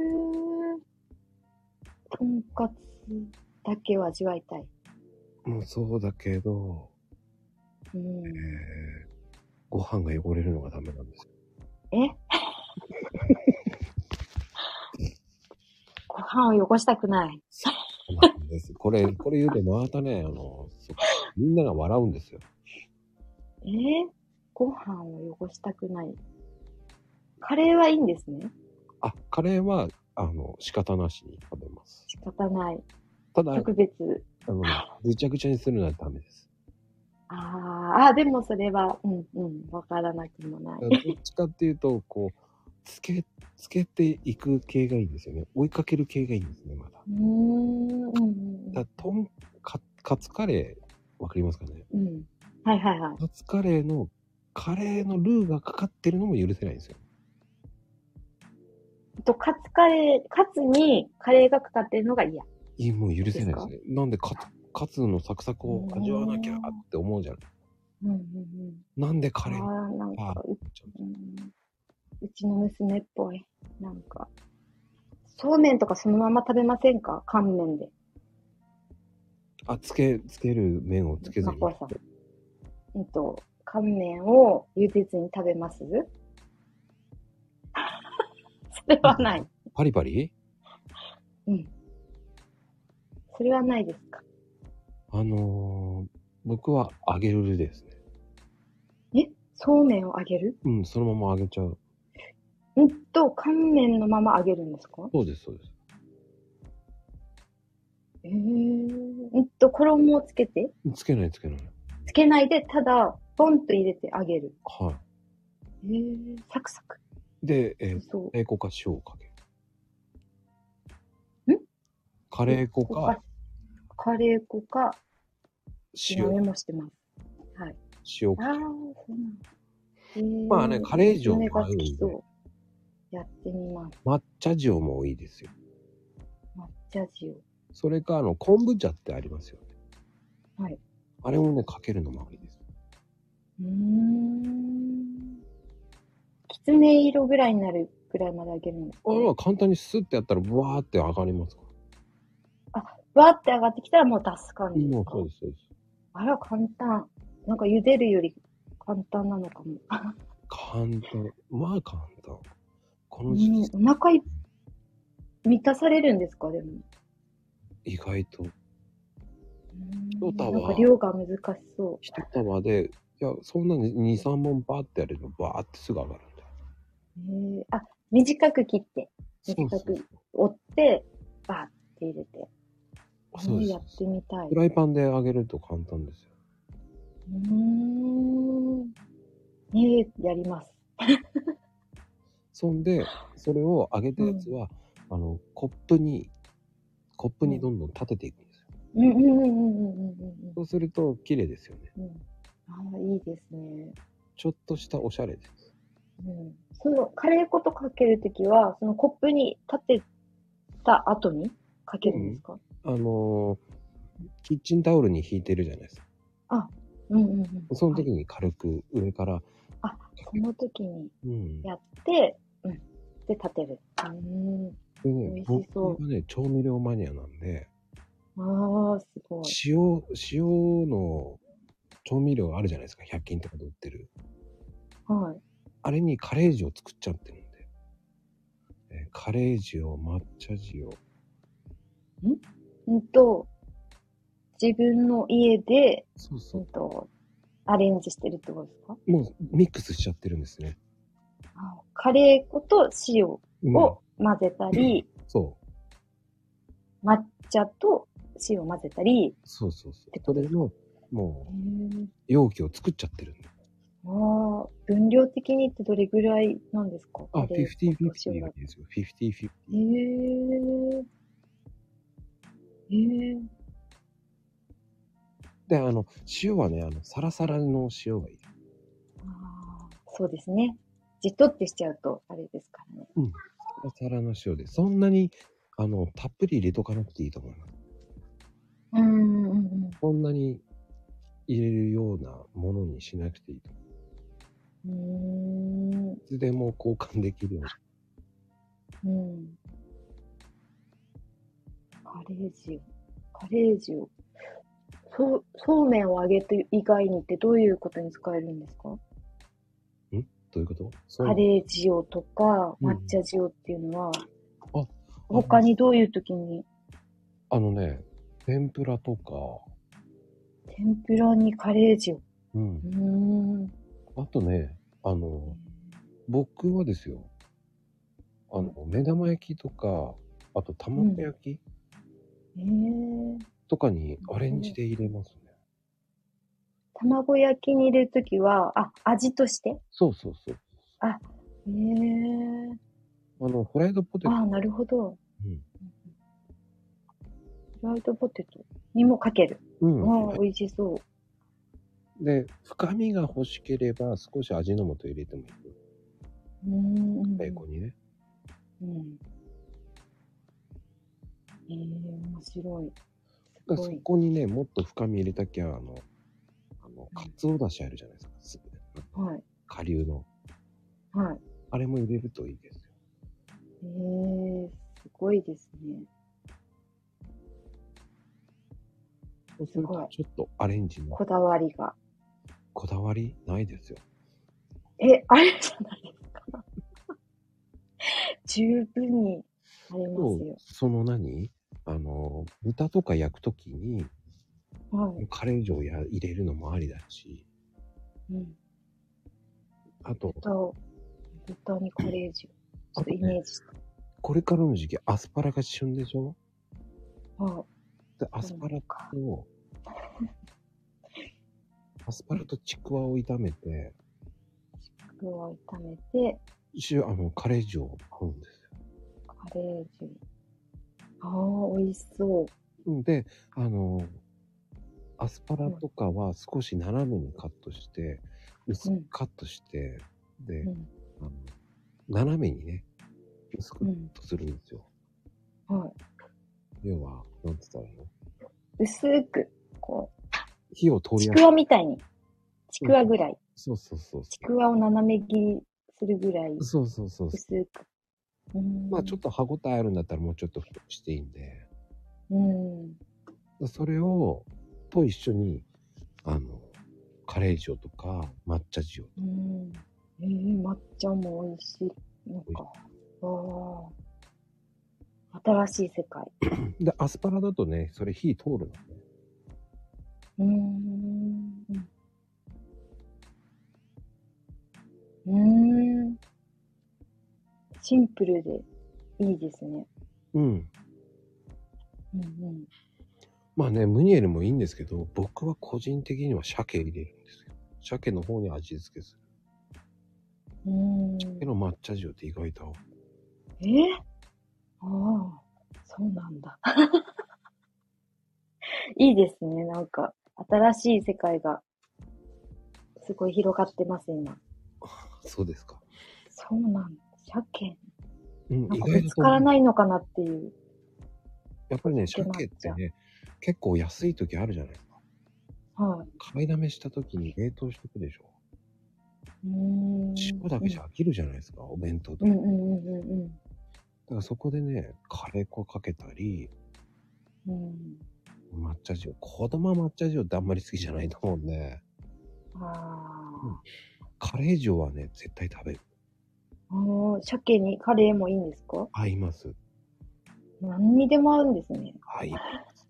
とんかつだけを味わいたい。 もうそうだけど、 うん。 ご飯が汚れるのがダメなんですよ。 えご飯を汚したくない。 そうなんです。これ言うとまたね、みんなが笑うんですよ。 ご飯を汚したくない。カレーはいいんですね。 あ、カレーは、仕方なしに食べます。 仕方ない。 ただ、 特別。 ぐちゃぐちゃにするのはダメです。 でもそれは、わからなくもない。 どっちかっていうと、こう、つけていく系がいいんですよね。追いかける系がいいんですね、まだ。カツカレー、わかりますかね？ うん。はいはいはい。 カツカレーの、カレーのルーがかかってるのも許せないんですよ。 カツにカレーがかかってるのが嫌。 もう許せないですですか？ ね。なんでカツのサクサクを味わわなきゃって思うじゃん。なんでカレーに、 なんかうちの娘っぽい。なんか、そうめんとかそのまま食べませんか？乾麺で。 つける麺をつけずに。 マコさん。乾麺を茹でずに食べます？それはない。 パリパリ？ うん。それはないですか？ 僕は揚げるですえ？そうめんを揚げる？ ね。そのまま揚げちゃう。 乾麺のまま揚げるんですか？ そうです、そうです。 衣をつけて？ つけない。 つけないで、ただ、ポンと入れて揚げる。 はサクサク。 い。で、 そカレー粉か塩をかける。 う。 カレー粉かカレー粉か、今塩。 メモしてます。はい。 塩かける。 そうなんだ。 まあね、カレー塩も娘が好合うんで。 きそう。やってみます。 抹茶塩もいいですよ。 抹茶塩。 それか、昆布茶ってありますよね。 はい。 あれもね、かけるのもいいです。 きつね色ぐらいになるぐらいまで揚げるんですか？ 簡単にスッてやったら、ブワーって上がりますから。 わーって上がってきたらもう出す感じですか？ もうそうです、そうです。 あら、簡単。なんか茹でるより簡単なのかも。 簡単。まあ簡単。この時期。 お腹満たされるんですか、でも。 意外と。 なんか量が難しそう。 一束で、いや、そんなに2、3本バーってやればバーってすぐ上がるんだよ。 短く切って、 そう短く折って、バーって入れて。 そうです。 やってみたい。 フライパンで揚げると簡単ですよ。 やります。 そんで、それを揚げたやつは、コップにどんどん立てていくんですよ。そうすると綺麗ですよね。 いいですね。 ちょっとしたおしゃれです。 そのカレー粉とかけるときは、そのコップに立てた後にかけるんですか？ キッチンタオルに引いてるじゃないですか。その時に軽く上から。 その時にやって、で立てる。 でね、僕はね、調味料マニアなんで、 すごい。 塩の調味料あるじゃないですか、100均とかで売ってる。 はい。 あれにカレー塩作っちゃってるんで。カレー塩、抹茶塩。 自分の家で、 そうそう。 アレンジしてるってことですか？ もうミックスしちゃってるんですね。 カレー粉と塩をうん。 混ぜたり、 そう。 抹茶と塩を混ぜたりそうそうそう。 ってことですか？ それの、もへー。 う、容器を作っちゃってるんだ。 ああ、分量的にってどれぐらいなんですか？カあ、 レー粉と塩 50-50がだと。 いいですよ。50-50。 へえ。へえ。 で、塩はね、サラサラの塩がいい。 ああ、そうですね。じっとってしちゃうと、あれですからね。 うん。サラサラの塩で、そんなに、たっぷり入れとかなくていいと思います。 うんうんそんなに入れるようなものにしなくていいと思うん。 う。いつでも交換できるようん。カレー塩。カレー塩。そうめんを揚げる以外にってどういうことに使えるんですか？ う。どういうことそう。 カレー塩とか抹茶うん。 塩っていうのは、 あ、あの、 他にどういう時に？ あのね、天ぷらとか、 天ぷらにカレー塩。 うん。 うーん。 あとね、僕はですよ、 うん。 目玉焼きとか、あとうん。 卵焼きええ。 とかにアレンジうん。 で入れますね。 卵焼きに入れるときは、味として。 そうそうそう。 あ、ええ。 フライドポテト。 なるほど。 うん。 フライドポテトにもかける。 うん。 美味しそで、深みが欲しければ少し味の素入れてもいいよ。 う。 ベーコンにね。 うん。面白い。すそごい。 こにね、もっと深み入れたきゃ、かつおだしあるじゃないですか。 はい。 顆粒の。 はい。 あれも入れるといいですよ。 すごいですね。 そうすると、 すごい。 ちょっとアレンジのこだわりが。 こだわりないですよ。 あれじゃないですか。十分にありますよ。 その豚とか焼くときに、 はい。 カレー醤入れるのもありだし、 うん。 あと、 豚にカレー塩。ちょっとイあとね、 メージした。 これからの時期、アスパラが旬でしょ？ はい。 で、 そうなのか。 アスパラとちくわを炒めて、 具を炒めて、 カレー醤を合うんですよ。 カレー塩。美味しそう。 で、アスパラうん。 とかは少し斜めにカットして、薄くうん。 カットして、で、 うん。 あの、斜めにね、薄くカッうん。 トするんですよ。 は要は、なんつったらいいの？ い。薄く、こう、 火を通りちくやすい。 わみたいに、ちうん。 くわぐらい。 そうそうそうちそくわを斜め切りするぐらい、 う。そうそうそうそう。 薄く。うーまあちょっん。 と歯応えあるんだったらもうちょっと太くしていいんで、 うーん。 それを、と一緒に、あの、カレー塩とか抹茶塩とうーん。抹茶も美味しい。なんか、新しい世界。 で、アスパラだとね、それ火通るのね。 うーん。うーん。シンプルでいいですね。 うん。 うんうん。 まあね、ムニエルもいいんですけど、僕は個人的には鮭入れるんですよ。鮭の方に味付けする。 うーん。 鮭の抹茶塩って意外とそうなんだ。いいですね。なんか、新しい世界がすごい広がってます、今。 そうですか。 そうなんだ。鮭。 うん、意なんか見つから外だと思う。 ないのかなっていう。 やっぱりね、 鮭抹茶。 鮭ってね、結構安い時あるじゃないですか。 はい。 買いだめした時に冷凍しとくでしょ。 うーん。 塩だけじうん。 ゃ飽きるじゃないですか、お弁当とか。 うんうんうんだからそこでね、カレー粉かけたり、 うんうん。 抹茶塩。子供は抹茶塩ってあんまり好きじゃないと思うんで、うん、 あカレー塩はね、絶対食べる。 鮭にカレーもいいんですか？ 合います。 何にでも合うんですね。 合います。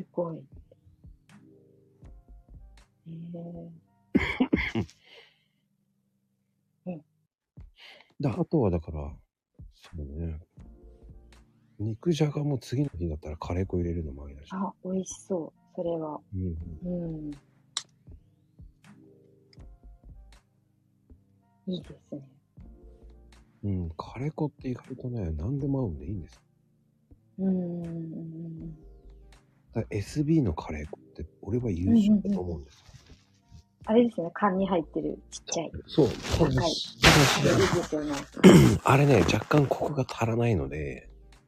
ごい。うん。 あとはだから、そうね。肉じゃがも次の日だったらカレー粉入れるのもありだし。 あ、美味しそう。それは。 うん。 うん。いいですね。 うん。カレー粉って意外とね、何でも合うんでいいんです。だ SB のカレー粉って俺は優秀だと思うんですよ。 あれですよね、缶に入ってるちっちゃい。 そう。 高い。いいですよね。 あれね、若干コクが足らないので、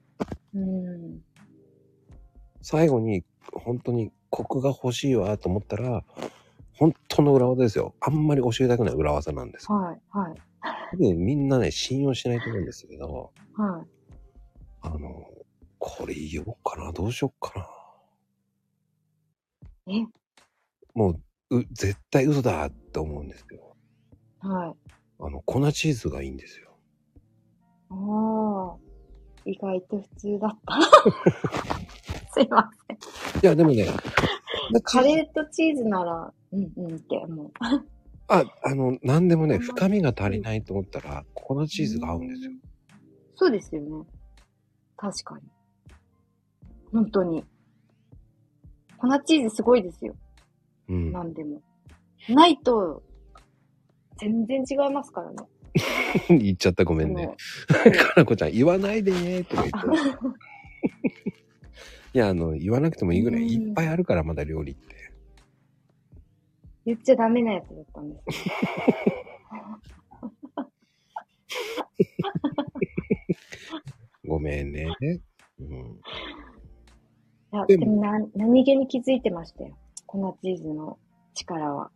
最後に本当にコクが欲しいわと思ったら、本当の裏技ですよ。あんまり教えたくない裏技なんです。 はい、はい。 で、みんなね、信用しないと思うんですけど、 はい。 これ言おうかな、どうしようかな。 えもう、絶対嘘だって思うんですよ。 はい。 粉チーズがいいんですよ。 ああ、意外と普通だった。すいません。 いや、でもね、 カレーとチーズなら、って思う。 なんでもね、深みが足りないと思ったら、粉チーズが合うんですよ。 そうですよね。確かに。本当に。粉チーズすごいですよ。 うん。 なんでも。ないと、全然違いますからね。 言っちゃったごめんね。かなこちゃん、言わないでねとか言って。いや、言わなくてもいいぐらいいっぱいあるから、まだ料理って。 言っちゃダメなやつだったんです。 ごめんね。うん。 いや、でも何気に気づいてましたよ。粉チーズの力は。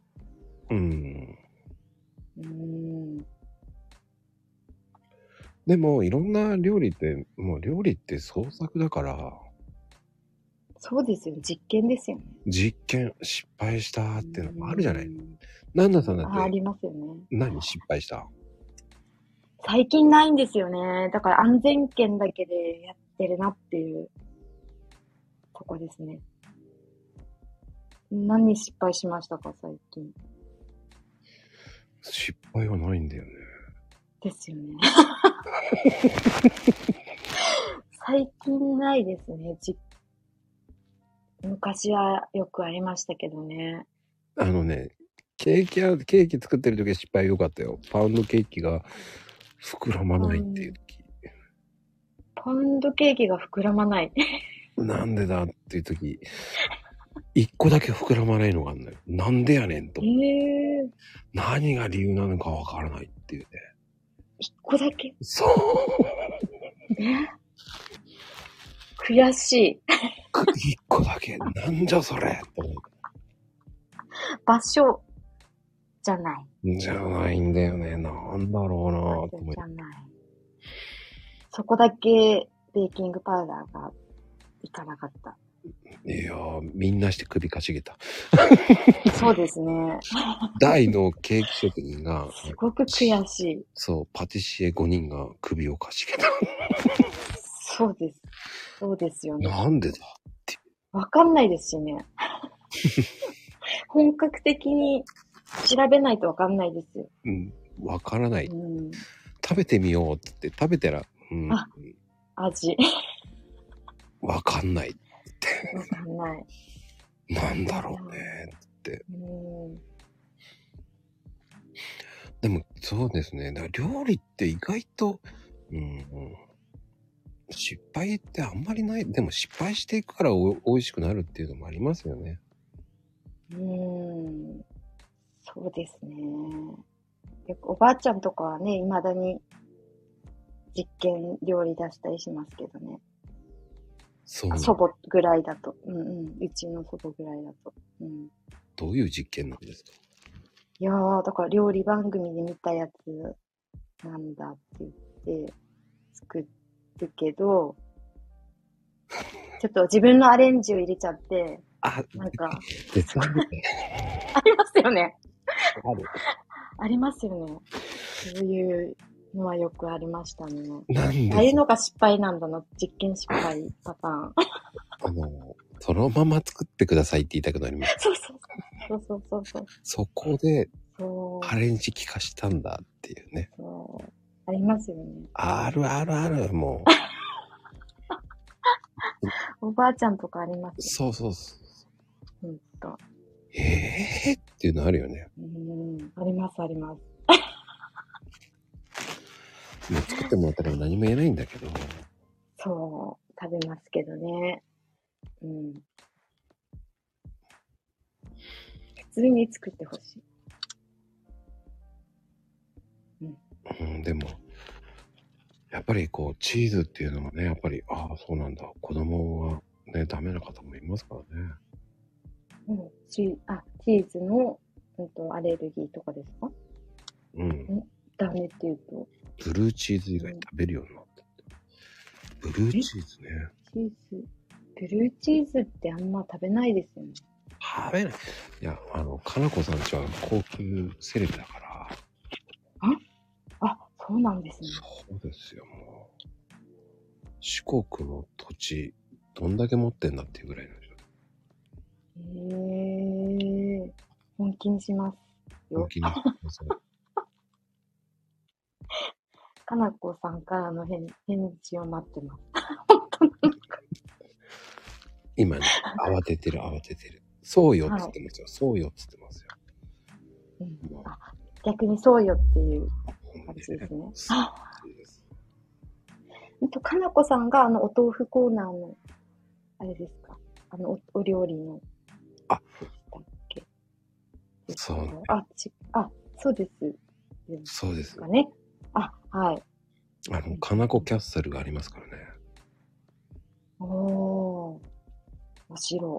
でも、いろんな料理って、もう料理って創作だから。 そうですよ。実験ですよね。 実験、失敗したっていうのもあるじゃない。ナンナさんだって。 ありますよね。 何失敗した？ 最近ないんですよね。だから安全圏だけでやってるなっていうとこですね。何に失敗しましたか、最近。 失敗はないんだよね。 ですよね。最近ないですね。昔はよくありましたけどね。 ケーキ作ってる時は失敗良かったよ。パウンドケーキが膨らまないっていう時。 パウンドケーキが膨らまない。 なんでだっていう時、一個だけ膨らまないのがあるのよ。なんでやねんと。何が理由なのかわからないっていうね。 一個だけ？ そう。 悔しい。 一個だけ。なんじゃそれと思う。 場所じゃない。 じゃないんだよね。なんだろうなと思って。 じゃない。そこだけベーキングパウダーがいかなかった。 いやー、みんなして首かしげた。 そうですね。 大のケーキ職人が。 すごく悔しい。 そう、パティシエ5人が首をかしげた。 そうです。そうですよね。 なんでだって。 わかんないですしね。本格的に調べないとわかんないですよ。 わからない。食べてみようって食べたら、 味。 わかんないって。 わかんない。 なんだろうねって。でもそうですね。だから料理って意外と、失敗ってあんまりない。でも失敗していくから美味しくなるっていうのもありますよね。 そうですね。よくおばあちゃんとかはね、未だに実験料理出したりしますけどね。祖母ぐらいだと。うちの祖母ぐらいだと。 どういう実験なんですか？ いやー、だから料理番組で見たやつなんだって言って作るけど、ちょっと自分のアレンジを入れちゃって、なんか、ありますよね。ありますよね。そういうのはよくありましたね。ああいうのが失敗なんだな、実験失敗パターン。 そのまま作ってくださいって言いたくなります。 そう。 そこで、 そう。 アレンジ聞かしたんだっていうね。 そう。ありますよね。 ある、もう。おばあちゃんとかありますよ。そう。 ほんと。 っていうのあるよね。 あります。 もう作ってもらったら何も言えないんだけど。 そう。食べますけどね。普通に作ってほしい。 でも、やっぱりこう、チーズっていうのはね、やっぱり、そうなんだ。子供はね、ダメな方もいますからね。 チーズの、アレルギーとかですか？ダメって言うと。 ブルーチーズ以外食べるようになった。ブルーチーズね。 ブルーチーズってあんま食べないですよね。 食べない。いや、かなこさんちは高級セレブだから。 そうなんですね。 そうですよ、もう。四国の土地、どんだけ持ってんだっていうぐらいの人。本気にしますよ。 本気にしますよ。 かなこさんからの返事を待ってます。 今ね、慌ててる。そうよって言ってますよ。そうよって言ってますよ。 逆にそうよっていう感じですね。かなこさんがお豆腐コーナーの、あれですか？お料理の。でしたっけ？ そう、ね。 そうです。 そうですかね。はい。 かなこキャッサルがありますからね。 面白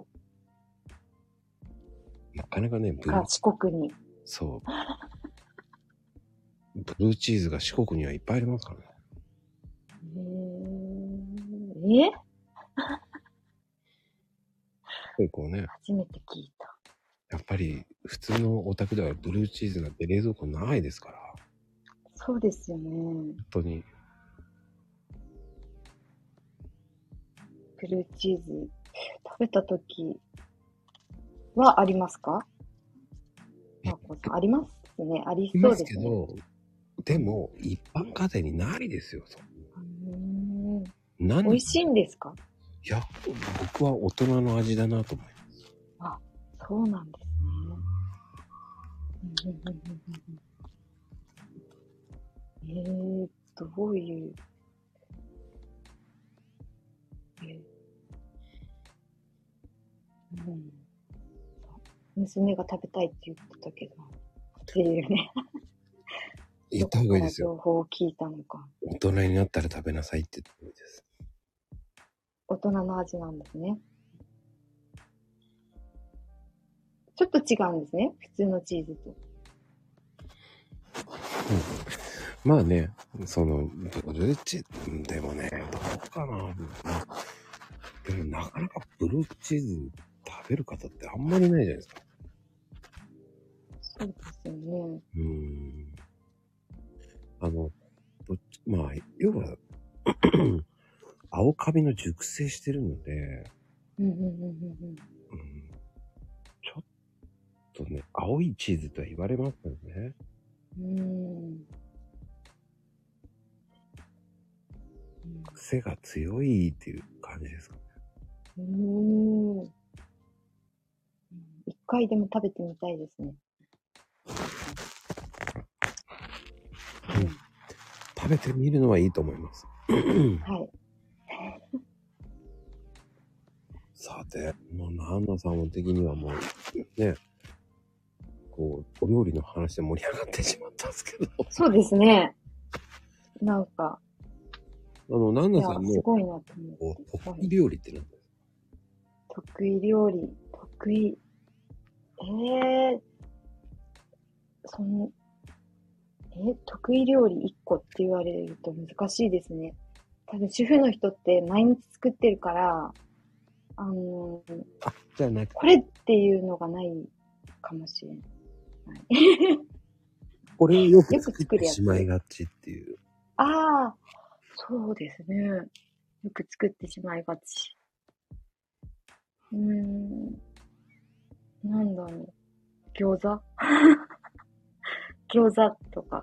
い。なかなかね、 四国に。 そう。ブルーチーズが四国にはいっぱいありますからね。こうね。 初めて聞いた。 やっぱり普通のお宅ではブルーチーズなんて冷蔵庫ないですから。 そうですよね。 本当に。 ブルーチーズ食べたときはありますか？ありますね。ありそうですね。 でも一般家庭にないですよ。 美味しいんですか？ いや、僕は大人の味だなと思います。そうなんですね。どういう、娘が食べたいって言ってたけど、っていうね。 言った方がいいですよ。 情報を聞いたのか。 大人になったら食べなさいって言った方がいいです。 大人の味なんですね。ちょっと違うんですね。普通のチーズと。 まあね、ブルーチーズ、でもね、どうかな。でもなかなかブルーチーズ食べる方ってあんまりないじゃないですか。 そうですよね。 まあ、要は、青カビの熟成してるので、ちょっとね、青いチーズとは言われますよね。癖が強いっていう感じですかね。 一回でも食べてみたいですね。 食べてみるのはいいと思います。 はい。 さて、もうナンナさんの的にはもうね、こうお料理の話で盛り上がってしまったんですけど。 そうですね。なんか。 ナンナさんのすごいなと思って。 得意料理って何ですか？ 得意料理、得意料理1個って言われると難しいですね。多分主婦の人って毎日作ってるから、 じゃあなんかこれっていうのがないかもしれない。 これをよく作ってしまいがちっていう。 そうですね。よく作ってしまいがち。 なんだろう。餃子餃子とか、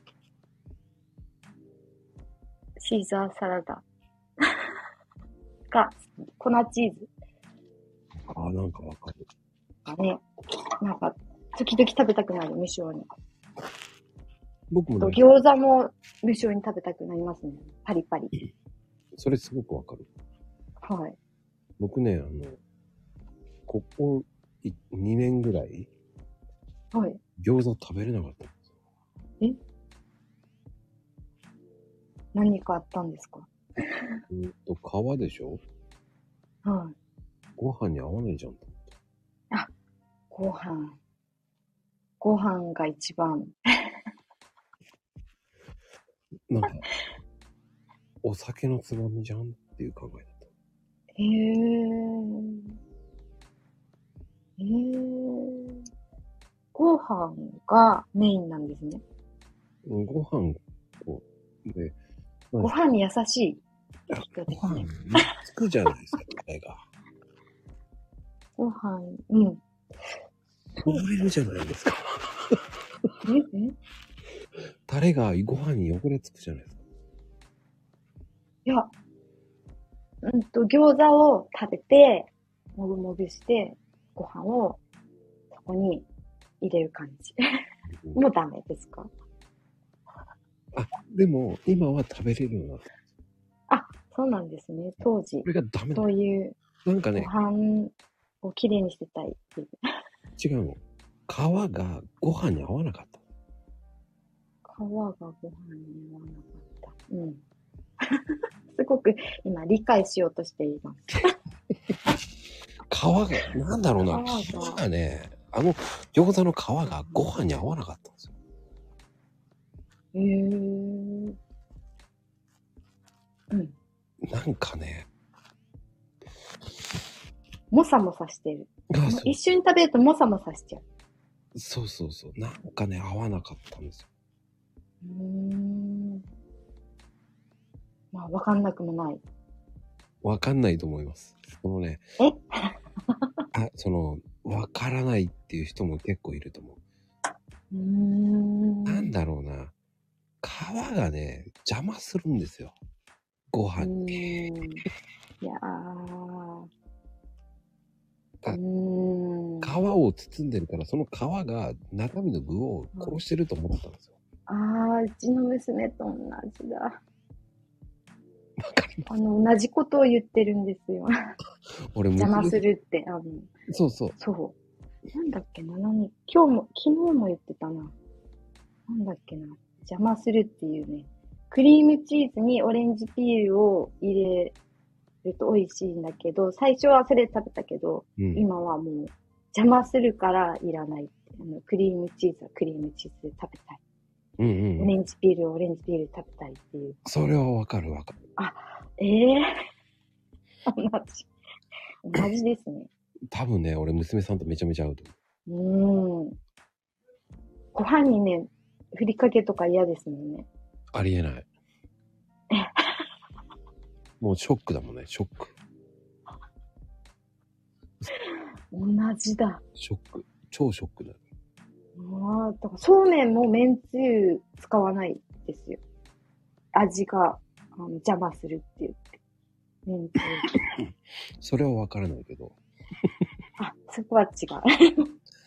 シーザーサラダが、粉チーズああ、なんかわかる。 がね、なんか、時々食べたくなる、無性に。と僕もね、 餃子も無性に食べたくなりますね。パリパリ。 それすごくわかる。 はい。 僕ね、ここ2年ぐらい、 はい。 餃子食べれなかったんですよ。 え何かあったんですか？ 皮でしょ？ はい。 ご飯に合わないじゃん。 あ、ご飯。ご飯が一番。 なんか、お酒のつまみじゃんっていう考えだった。 へー。へー。ご飯がメインなんですね。 ご飯を、で、 ご飯に優しい人ご飯ですね。 につくじゃないですか、タレが。 ご飯、うん。 汚れるじゃないですか。 えタレがご飯に汚れつくじゃないですか。 いや、餃子を食べて、もぐもぐして、ご飯をそこに入れる感じ。もうダメですか？ あ、でも、今は食べれるようになった。 あ、そうなんですね。当時、 これがダメだ。 そういうごなんかね、 飯をきれいにしてたいっていう。 違うの。皮がご飯に合わなかった。 皮がご飯に合わなかった。うん。すごく今理解しようとしています。 皮が、なんだろうな、 皮皮が、 がね、餃子の皮がご飯に合わなかったんですよ。 うん。 なんかね、 もさもさしてる。もう一緒に食べるともさもさしちゃう。 そうそうそう。なんかね、合わなかったんですよ。 まあ、わかんなくもない。 わかんないと思います。そのね、わからないっていう人も結構いると思う。なんだろうな。皮がね、邪魔するんですよ。ご飯に。 いやー。 皮を包んでるから、その皮が中身の具を殺してると思ったんですよ。 うちの娘と同じだ。 わかります。 同じことを言ってるんですよ。 俺、 邪魔するって、 そうそう。 そう。なんだっけな、昨日も言ってたな。なんだっけな、邪魔するっていうね。クリームチーズにオレンジピールを入れると美味しいんだけど、最初はそれ食べたけど、今はもう邪魔するからいらないって。クリームチーズはクリームチーズで食べたい。オレンジピールはオレンジピール食べたいっていう。 それはわかるわかる。 同じですね。 多分ね、俺娘さんとめちゃめちゃ合うと思う。ご飯にね、ふりかけとか嫌ですもんね。 ありえない。もうショックだもんね、ショック。 同じだ。 ショック。超ショックだ。 だからそうめんもめんつゆ使わないですよ。味が邪魔するって言って。めんつゆ。それはわからないけど。 そこは違う。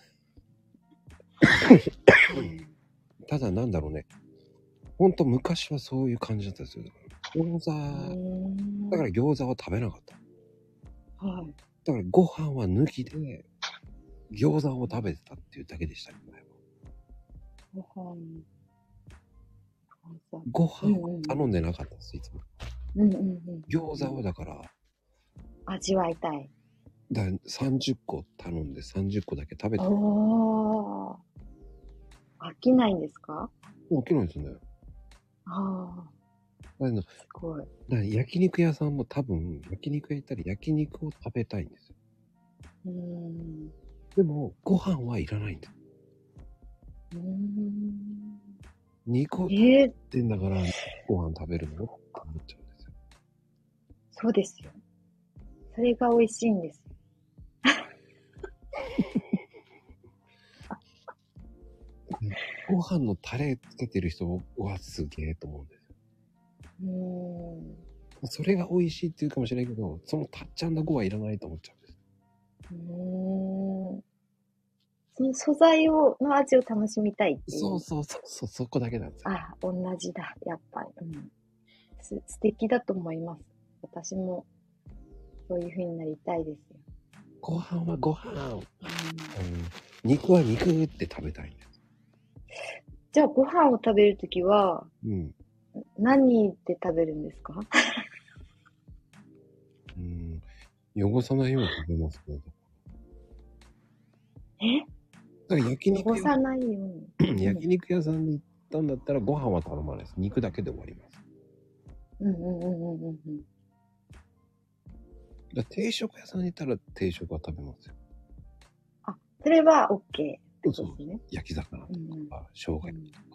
ただなんだろうね。ほんと昔はそういう感じだったんですよ。餃子、だから餃子は食べなかった。はい。だからご飯は抜きで餃子を食べてたっていうだけでしたね。ご飯を頼んでなかったです、いつも。餃子をだから。 味わいたい。 だから30個頼んで30個だけ食べて。 飽きないんですか？ 飽きないですね。すごい。だから焼肉屋さんも多分、焼肉屋行ったら焼肉を食べたいんですよ。でも、ご飯はいらないんです。肉を食べてんだから、ご飯食べるのって思っちゃうんですよ。 そうですよ。それが美味しいんですよ。 ご飯のタレつけてる人はすげえと思うんですよ。それが美味しいって言うかもしれないけど、そのたっちゃんのごはいらないと思っちゃうんです。 その素材の味を楽しみたいっていう。 そう、そこだけなんですよ。 あ、同じだ、やっぱり。素敵だと思います。私も、そういう風になりたいですよ。 ご飯はご飯。肉は肉って食べたいんです。 じゃあ、ご飯を食べるときは、何で食べるんですか？ 汚さないように食べますね。だから汚さないように。 焼肉屋さんに行ったんだったらご飯は頼まないです。肉だけで終わります。だ定食屋さんに行ったら定食は食べますよ。 あ、それは OK ってことですね。 焼き魚とか、生姜焼きとか。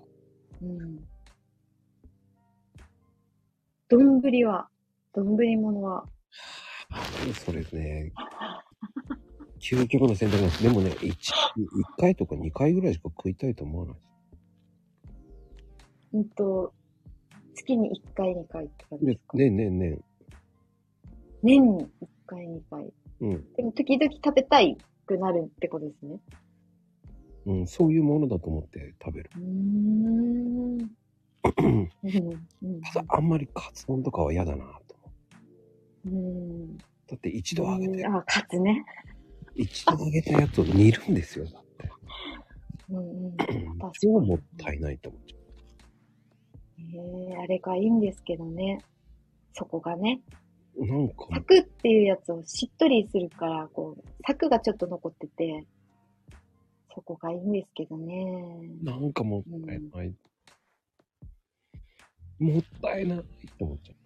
丼物はそれね、究極の選択なんです。でもね、1回とか2回ぐらいしか食いたいと思わないです。 月に1回、2回とかですか？ 年。 年に1回、2回。でも、時々食べたいくなるってことですね。 そういうものだと思って食べる。ただ、あんまりカツ丼とかは嫌だなと思う。だって一度揚げて。 カツね。 一度揚げたやつを煮るんですよ、だって。超もったいないと思っちゃう。 あれがいいんですけどね。そこがね。 なんか。 サクっていうやつをしっとりするから、サクがちょっと残ってて、そこがいいんですけどね。 なんかもったいない。もったいないって思っちゃ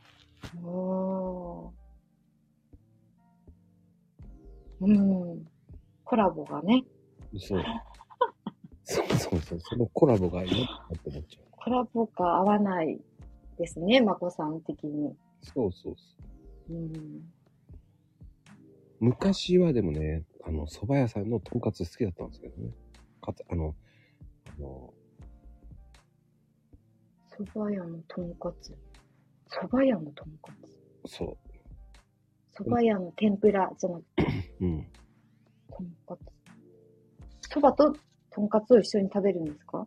う。コラボがね。 そう。そのコラボがいいなって思っちゃう。 コラボが合わないですね、まこさん的に。 そう。昔はでもね、蕎麦屋さんのとんかつ好きだったんですけどね。 蕎麦屋のとんかつ。蕎麦屋のとんかつ。 そう。 蕎麦屋の天ぷらじゃなくて。とんかつ。蕎麦ととんかつを一緒に食べるんですか？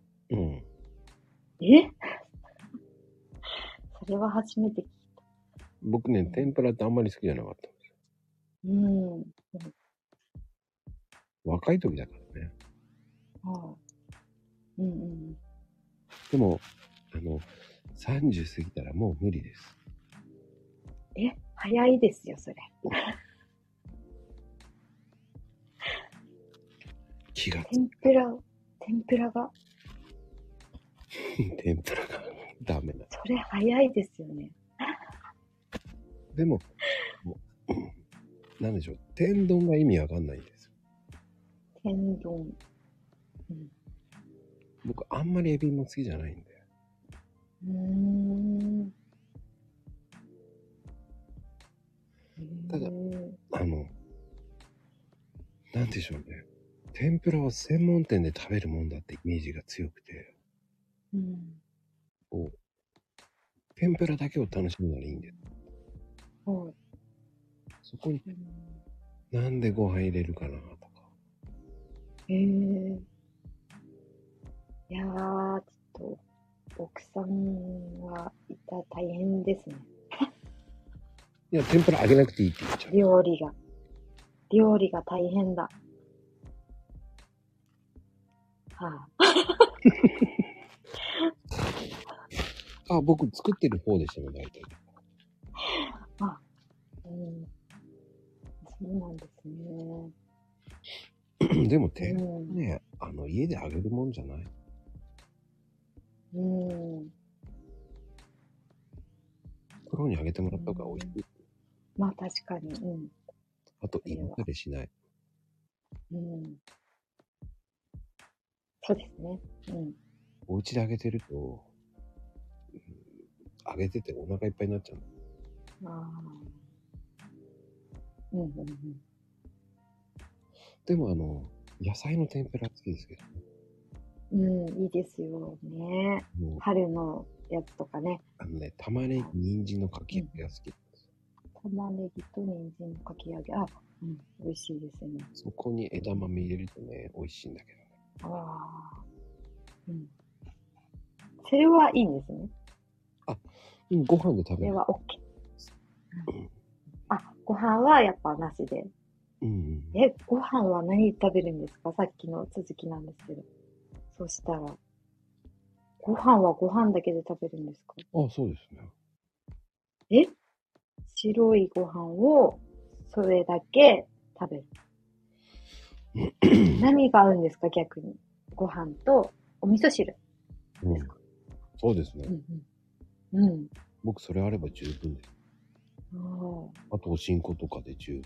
それは初めて聞いた。 僕ね、天ぷらってあんまり好きじゃなかったんですよ。若い時だからね。でも、30過ぎたらもう無理です。 早いですよ、それ。 気が天ぷらが天ぷらがダメだ。 それ早いですよね。 でも、なんでしょう。天丼が意味わかんないんですよ。 天丼。 僕、あんまりエビも好きじゃないんで。ただ、なんでしょうね。天ぷらは専門店で食べるもんだってイメージが強くて。天ぷらだけを楽しむならいいんです。そこに、なんでご飯入れるかなとか。 いやー、ちょっと、奥さんはいたら大変ですね。 いや、天ぷら揚げなくていいって言っちゃう。 料理が大変だ。 僕作ってる方でしたね、大体。 そうなんですね。 でも天ぷらね、家で揚げるもんじゃない。プロに揚げてもらった方が美味しい。 まあ確かに。 あと、胃もたれしない。 そうですね。 お家で揚げてると、揚げててお腹いっぱいになっちゃう。でも野菜の天ぷら好きですけどね。 うん、いいですよね。春のやつとかね。 玉ねぎ、人参のかき揚げが好きです。 玉ねぎと人参のかき揚げ。あ、うん、美味しいですね。 そこに枝豆入れるとね、美味しいんだけどね。ああ。うん。それはいいんですね。 ご飯で食べる。それは OK。あ、ご飯はやっぱなしで。ご飯は何食べるんですか？さっきの続きなんですけど。そしたら、ご飯はご飯だけで食べるんですか？ そうですね。 白いご飯をそれだけ食べる。何が合うんですか？逆に。ご飯とお味噌汁ですか？ そうですね。僕それあれば十分です。あとおしんことかで十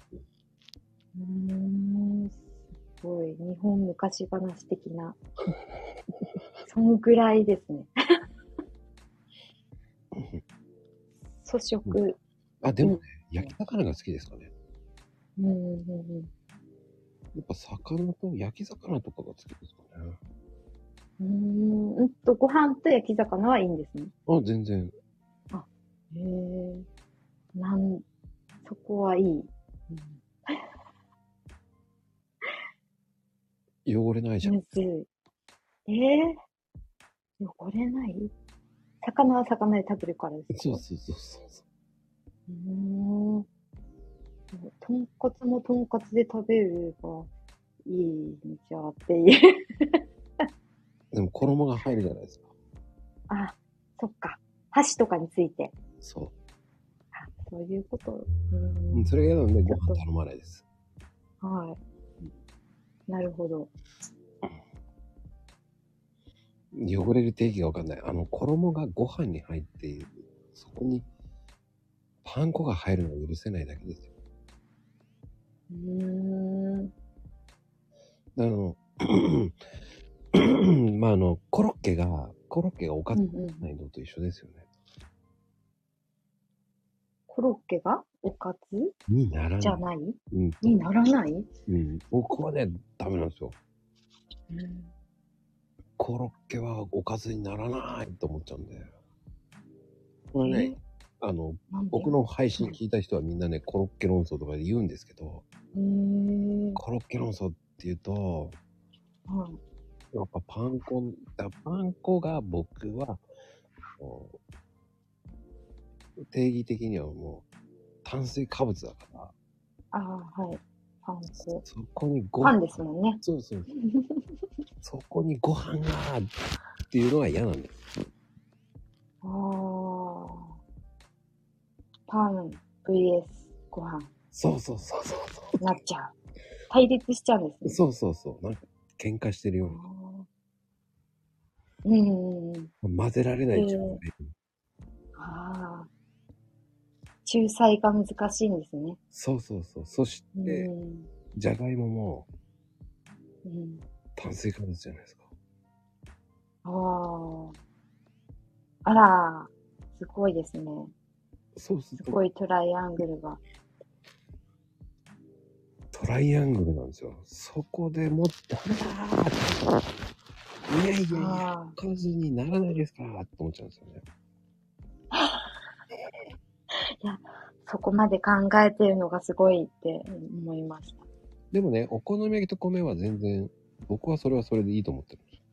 分。すごい。日本昔話的な。そのぐらいですね。粗食。 でもね、焼き魚が好きですかね。やっぱ魚と焼き魚とかが好きですかね。 ご飯と焼き魚はいいんですね。 全然。 そこはいい。 汚れないじゃん。 むずい。汚れない？魚は魚で食べるからですか？ そう。 豚骨も豚骨で食べればいいんじゃっていう。 でも衣が入るじゃないですか。 そっか。箸とかについて。 そう。 そういうこと。 それが嫌なのでご飯頼まないです。 はい。なるほど。 汚れる定義がわかんない。衣がご飯に入っている。そこにパン粉が入るのを許せないだけですよ。コロッケがおかずないのと一緒ですよね。 コロッケがおかずにならない。 じゃない？にならない？ 僕はね、ダメなんですよ。コロッケはおかずにならないと思っちゃうんで。これね、僕の配信聞いた人はみんなね、コロッケ論争とかで言うんですけど、コロッケ論争って言うと、やっぱパン粉が僕は、定義的にはもう炭水化物だから。 はい。パン粉。 そこにパンですもんね。 そう。そこにご飯がっていうのは嫌なんです。 パン vs ご飯。 そう。 なっちゃう。対立しちゃうんですね。そう。なんか喧嘩してるような。 混ぜられない状態。 仲裁が難しいんですね。 そう。そして、じゃがいもも、炭水化物じゃないですか。 あら、すごいですね。 そうすごいトライアングルが。 トライアングルなんですよ。そこでもってダメだーいや、おかずにならないですかって思っちゃうんですよね。 いや、そこまで考えてるのがすごいって思いました。 でもね、お好み焼きと米は全然、僕はそれはそれでいいと思ってるんです。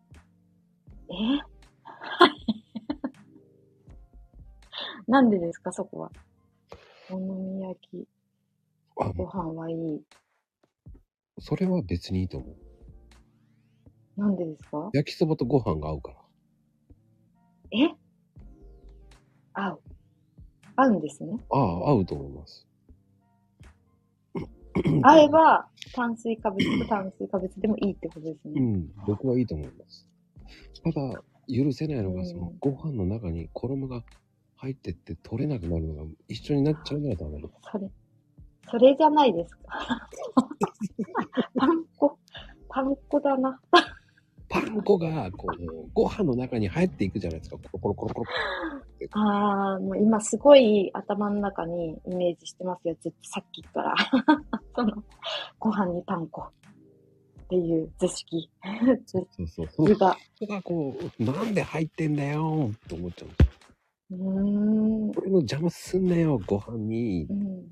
なんでですか、そこは。お好み焼き。ご飯はいい。 それは別にいいと思う。 なんでですか？ 焼きそばとご飯が合うから。 合うんですね。 合うと思います。 合えば、炭水化物と炭水化物でもいいってことですね。 僕はいいと思います。ただ、許せないのが、そのご飯の中に衣が入ってって取れなくなるのが一緒になっちゃうのはダメです。 それじゃないですか。パン粉だな。 パン粉が、ご飯の中に入っていくじゃないですか。コロコロ。 もう今すごい頭の中にイメージしてますよ。ずっとさっきから。その、ご飯にパン粉。 っていう図式。 そうそうそう。 図が。 そこがこう、なんで入ってんだよって思っちゃう。俺の邪魔すんなよ、ご飯に。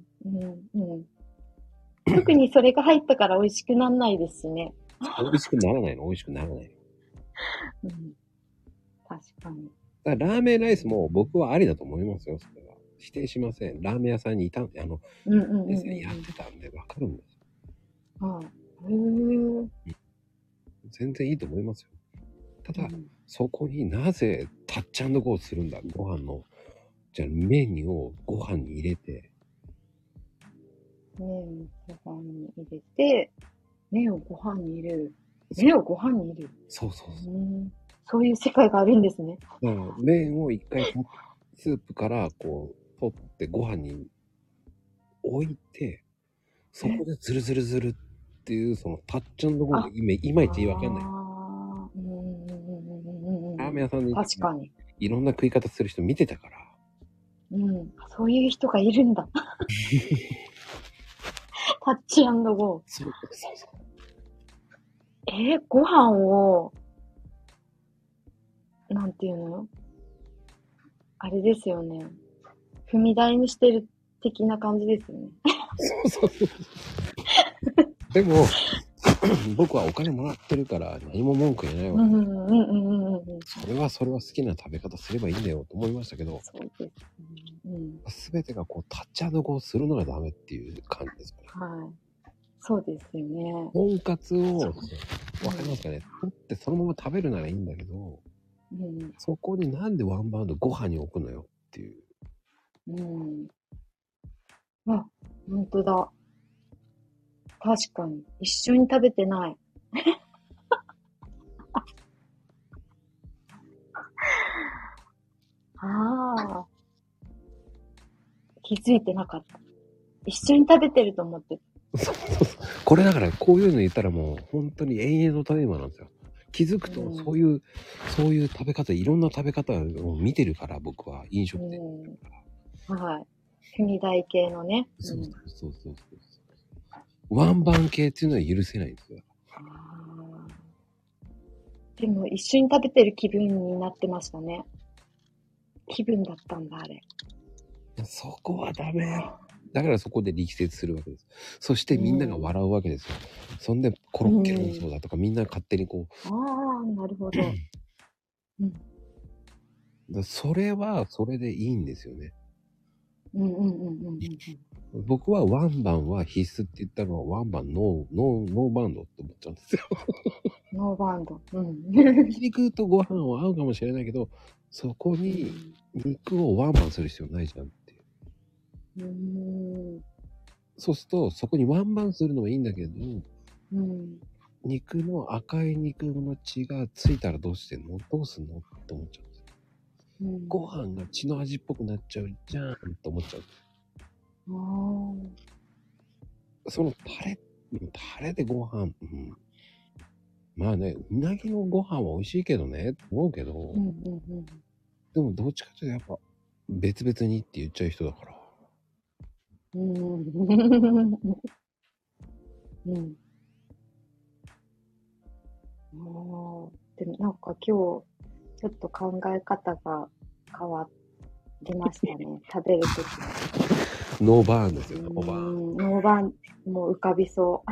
特にそれが入ったから美味しくならないですしね。 美味しくならないの、美味しくならないの。 うん、確かに。 だからラーメンライスも僕はありだと思いますよ、それは。否定しません。ラーメン屋さんにいた、やってたんでわかるんですよ。 はい。へえ。 全然いいと思いますよ。ただ、そこになぜタッチ&ゴーするんだ、ご飯の。じゃあ麺をご飯に入れて。 麺をご飯に入れて、麺をご飯に入れる。麺をご飯に入れる。 そうそうそう。 そういう世界があるんですね。 だから麺を一回スープからこう取ってご飯に置いて、そこでズルズルズルっていうそのタッチ&ゴーがいまいちわかんない。ラーメン屋さんに確かに。 いろんな食い方する人見てたから。 そういう人がいるんだ。タッチ&ゴー。 そうそうそう。 ご飯を、なんていうの？あれですよね。踏み台にしてる的な感じですよね。 そうそうそう。でも、僕はお金もらってるから何も文句言えないわけ。それは好きな食べ方すればいいんだよと思いましたけど、 そうです。 全てがこうタッチ&ゴーするのがダメっていう感じですかね。 はい。そうですよね。 とんかつを、わかりますかね、取ってそのまま食べるならいいんだけど、そこになんでワンバウンドご飯に置くのよっていう。 あ、ほんとだ。確かに。一緒に食べてない。ああ。気づいてなかった。一緒に食べてると思ってた。 そうそうそう。これだからこういうの言ったらもう本当に永遠のテーマなんですよ。気づくとそういう食べ方、いろんな食べ方を見てるから僕は飲食店はい。踏み台系のね。 そうそう。ワンバン系っていうのは許せないんですよ。 でも一緒に食べてる気分になってましたね。気分だったんだ、あれ。 そこはダメよ。だからそこで力説するわけです。そしてみんなが笑うわけですよ。そんでコロッケ論争だとかみんな勝手にこう。 なるほど。 それはそれでいいんですよね。僕はワンバンは必須って言ったのはワンバンノーバンドって思っちゃうんですよ。 ノーバンド。 肉とご飯は合うかもしれないけど、そこに肉をワンバンする必要ないじゃんっていう。そうすると、そこにワンバンするのはいいんだけど、肉の赤い肉の血がついたらどうしてんの？どうすんの？って思っちゃうんですよ。ご飯が血の味っぽくなっちゃうじゃんって思っちゃう。そのタレでご飯、まあね、うなぎのご飯は美味しいけどね、って思うけど、でもどっちかというとやっぱ別々にって言っちゃう人だから。 でもなんか今日、ちょっと考え方が変わりましたね。食べるとき。 ノーバーンですよ、ノーバーン。ノーバーン、もう浮かびそう。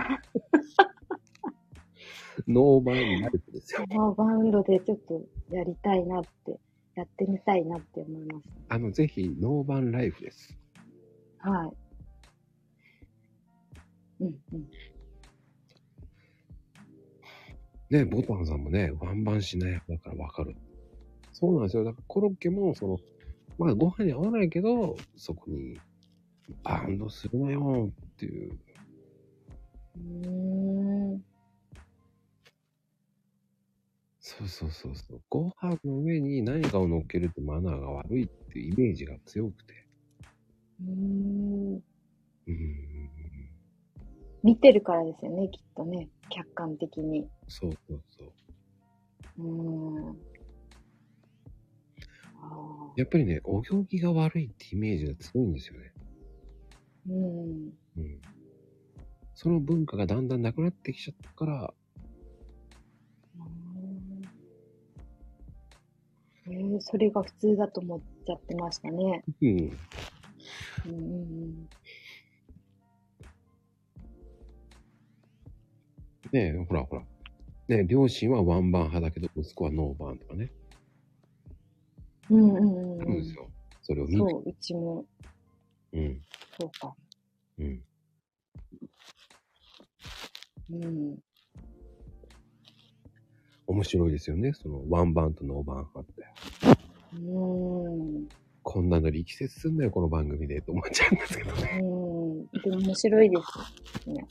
ノーバウンドライフですよ。 ノーバウンドでちょっとやりたいなって、やってみたいなって思いました。 ぜひ、ノーバンライフです。 はい。 ね、ボタンさんもね、ワンバンしないだからわかる。そうなんですよ。だからコロッケも、まあご飯に合わないけど、そこに、バウンドするなよっていう。そう。ご飯の上に何かを乗っけるってマナーが悪いっていうイメージが強くて。 見てるからですよね、きっとね。客観的に。 そう。やっぱりね、お行儀が悪いってイメージが強いんですよね。その文化がだんだんなくなってきちゃったから、 それが普通だと思っちゃってましたね。 うん。ねえ、ほら。ねえ、両親はワンバン派だけど、息子はノーバンとかね。あるんですよ。それを見て。 そう、うちも。 うん。 そうか。 うん。面白いですよね。そのワンバンとノーバン派って。こんなの力説すんなよ、この番組で、と思っちゃうんですけどね。 でも面白いですね。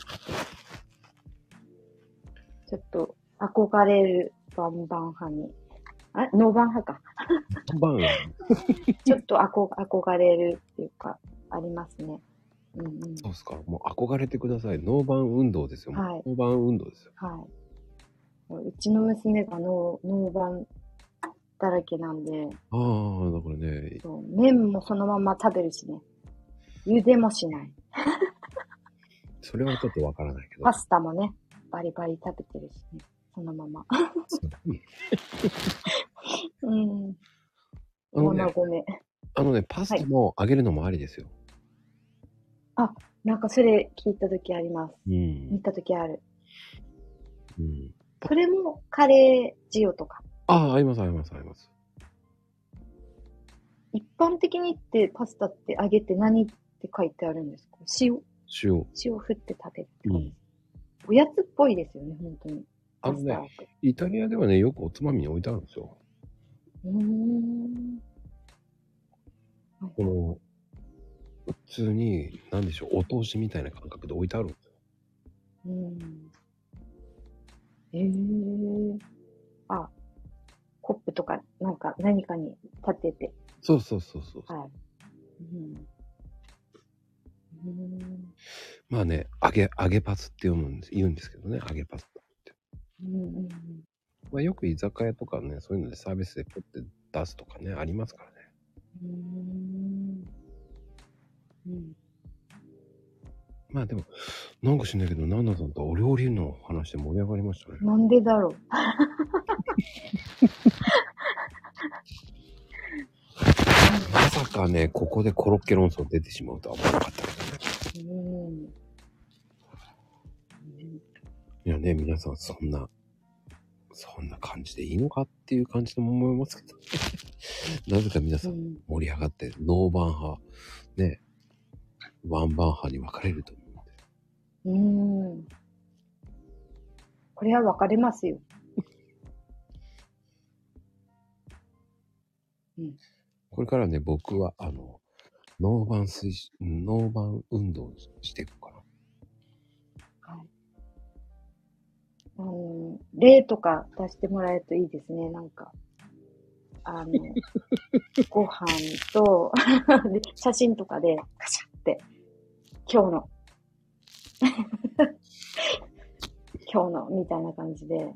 ちょっと憧れるワンバン派に。ノーバン派か。 バンちょっと憧れるっていうか、ありますね。 そうですか。もう憧れてください。ノーバン運動ですよ。 はい。 ノーバン運動ですよ。 はい。うちの娘がノーバンだらけなんで。 ああ、だからね。 そう、麺もそのまま食べるしね。茹でもしない。 それはちょっとわからないけど。 パスタもね、バリバリ食べてるしね。そのまま。 パスタも揚げるのもありですよ。 なんかそれ聞いたときあります。見たときある。それもカレー塩とか。 あります。 一般的にってパスタって揚げて何って書いてあるんですか？塩振って食べるって感じ。おやつっぽいですよね、本当に。 イタリアではね、よくおつまみに置いてあるんですよ。この、普通に、なんでしょう、お通しみたいな感覚で置いてあるんですよ。 コップとか、なんか何かに立てて。 そう。 はい。 まあね、揚げパスって言うんですけどね、揚げパスって。まあよく居酒屋とかね、そういうのでサービスでポッて出すとかね、ありますからね。まあでも、なんか知んないけど、ナナさんとお料理の話で盛り上がりましたね。 なんでだろう。 まさかね、ここでコロッケ論争出てしまうとは思わなかったけどね。いやね、皆さんそんな感じでいいのかっていう感じでも思いますけど、なぜか皆さん盛り上がって、ノーバン派、ね、ワンバン派に分かれると思うんで。これは分かれますよ。 これからね、僕は、ノーバン運動していくかな。 例とか出してもらえるといいですね、なんか。ご飯と写真とかでカシャって、今日のみたいな感じで、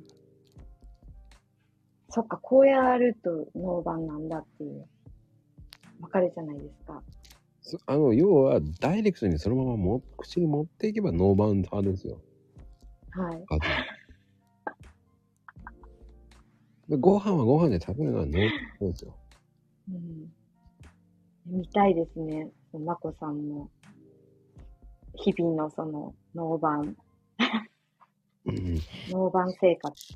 そっか、こうやるとノーバンなんだっていう、わかるじゃないですか。 要は、ダイレクトにそのまま口に持っていけばノーバン派ですよ。 はい。 でご飯はご飯で食べるのはノーバンですよ。 見たいですね。まこさんの日々のそのノーバン。ノーバン生活。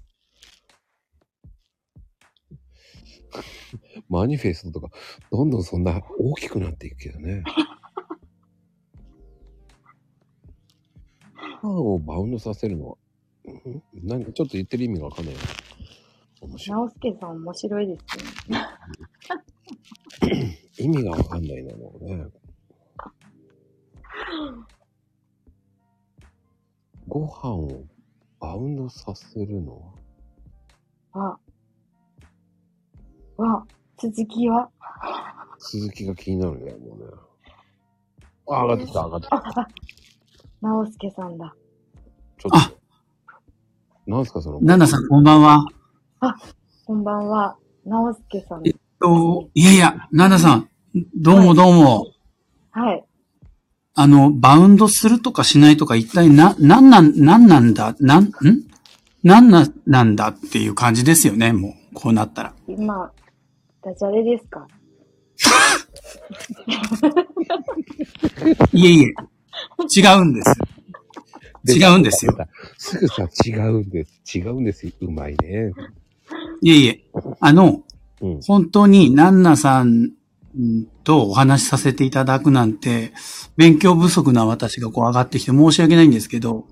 マニフェストとか、どんどんそんな大きくなっていくけどね。パンをバウンドさせるのは、なんかちょっと言ってる意味がわかんない。 面白い。直輔さん面白いですよね。意味がわかんないなのね。ご飯をバウンドさせるのは続きは続きが気になるね、もうね。上がってきた。 直輔さんだ。 ちょっと。なんすか、その。 ナナさん、こんばんは。 こんばんは。直輔さん。 いやいや、ナナさん、どうも。 はい。 バウンドするとかしないとか、一体なんなんだなんだっていう感じですよね、もう、こうなったら。 今、 ダジャレですか？ いえいえ、違うんです。違うんですよ。 すぐさ、違うんです。違うんですよ。うまいね。 いえいえ、本当にナンナさんとお話しさせていただくなんて、勉強不足な私がこう上がってきて申し訳ないんですけど、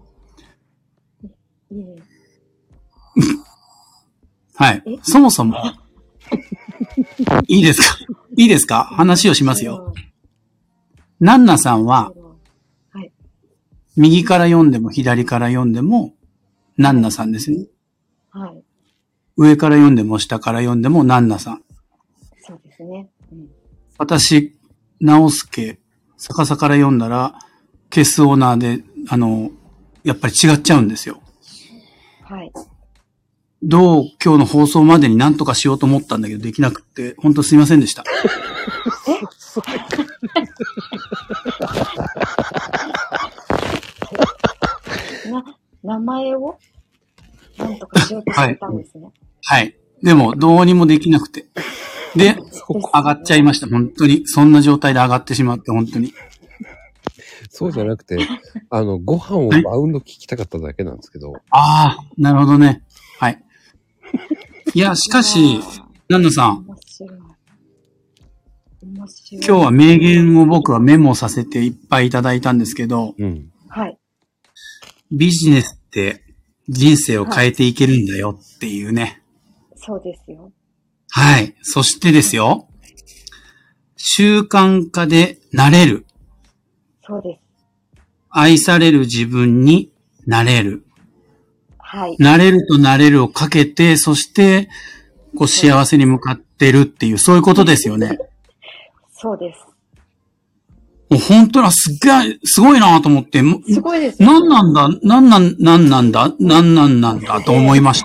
はい。そもそも、いいですか？いいですか？話をしますよ。ナンナさんは、右から読んでも左から読んでも、ナンナさんですね。 はい。 上から読んでも下から読んでもナンナさん。 そうですね。 私、直輔、逆さから読んだら、ケスオーナーで、やっぱり違っちゃうんですよ。 はい。 今日の放送までに何とかしようと思ったんだけど、できなくって、本当すいませんでした。 名前を何とかしようとしてたんですね。 はい。でも、どうにもできなくて。で、上がっちゃいました。本当に。そんな状態で上がってしまって、本当に。 そうじゃなくて、ご飯をバウンド聞きたかっただけなんですけど。 ああ、なるほどね。はい。いや、しかし、ナンナさん。今日は名言を僕はメモさせていっぱいいただいたんですけど、 はい。 ビジネスって人生を変えていけるんだよっていうね。 そうですよ。 はい。そしてですよ、習慣化でなれる。 そうです。 愛される自分になれる。 はい。 なれるとなれるをかけて、そして、こう幸せに向かってるっていう、そういうことですよね。 そうです。 もう本当にすごいなと思って、 すごいです。 なんなんだと思いました。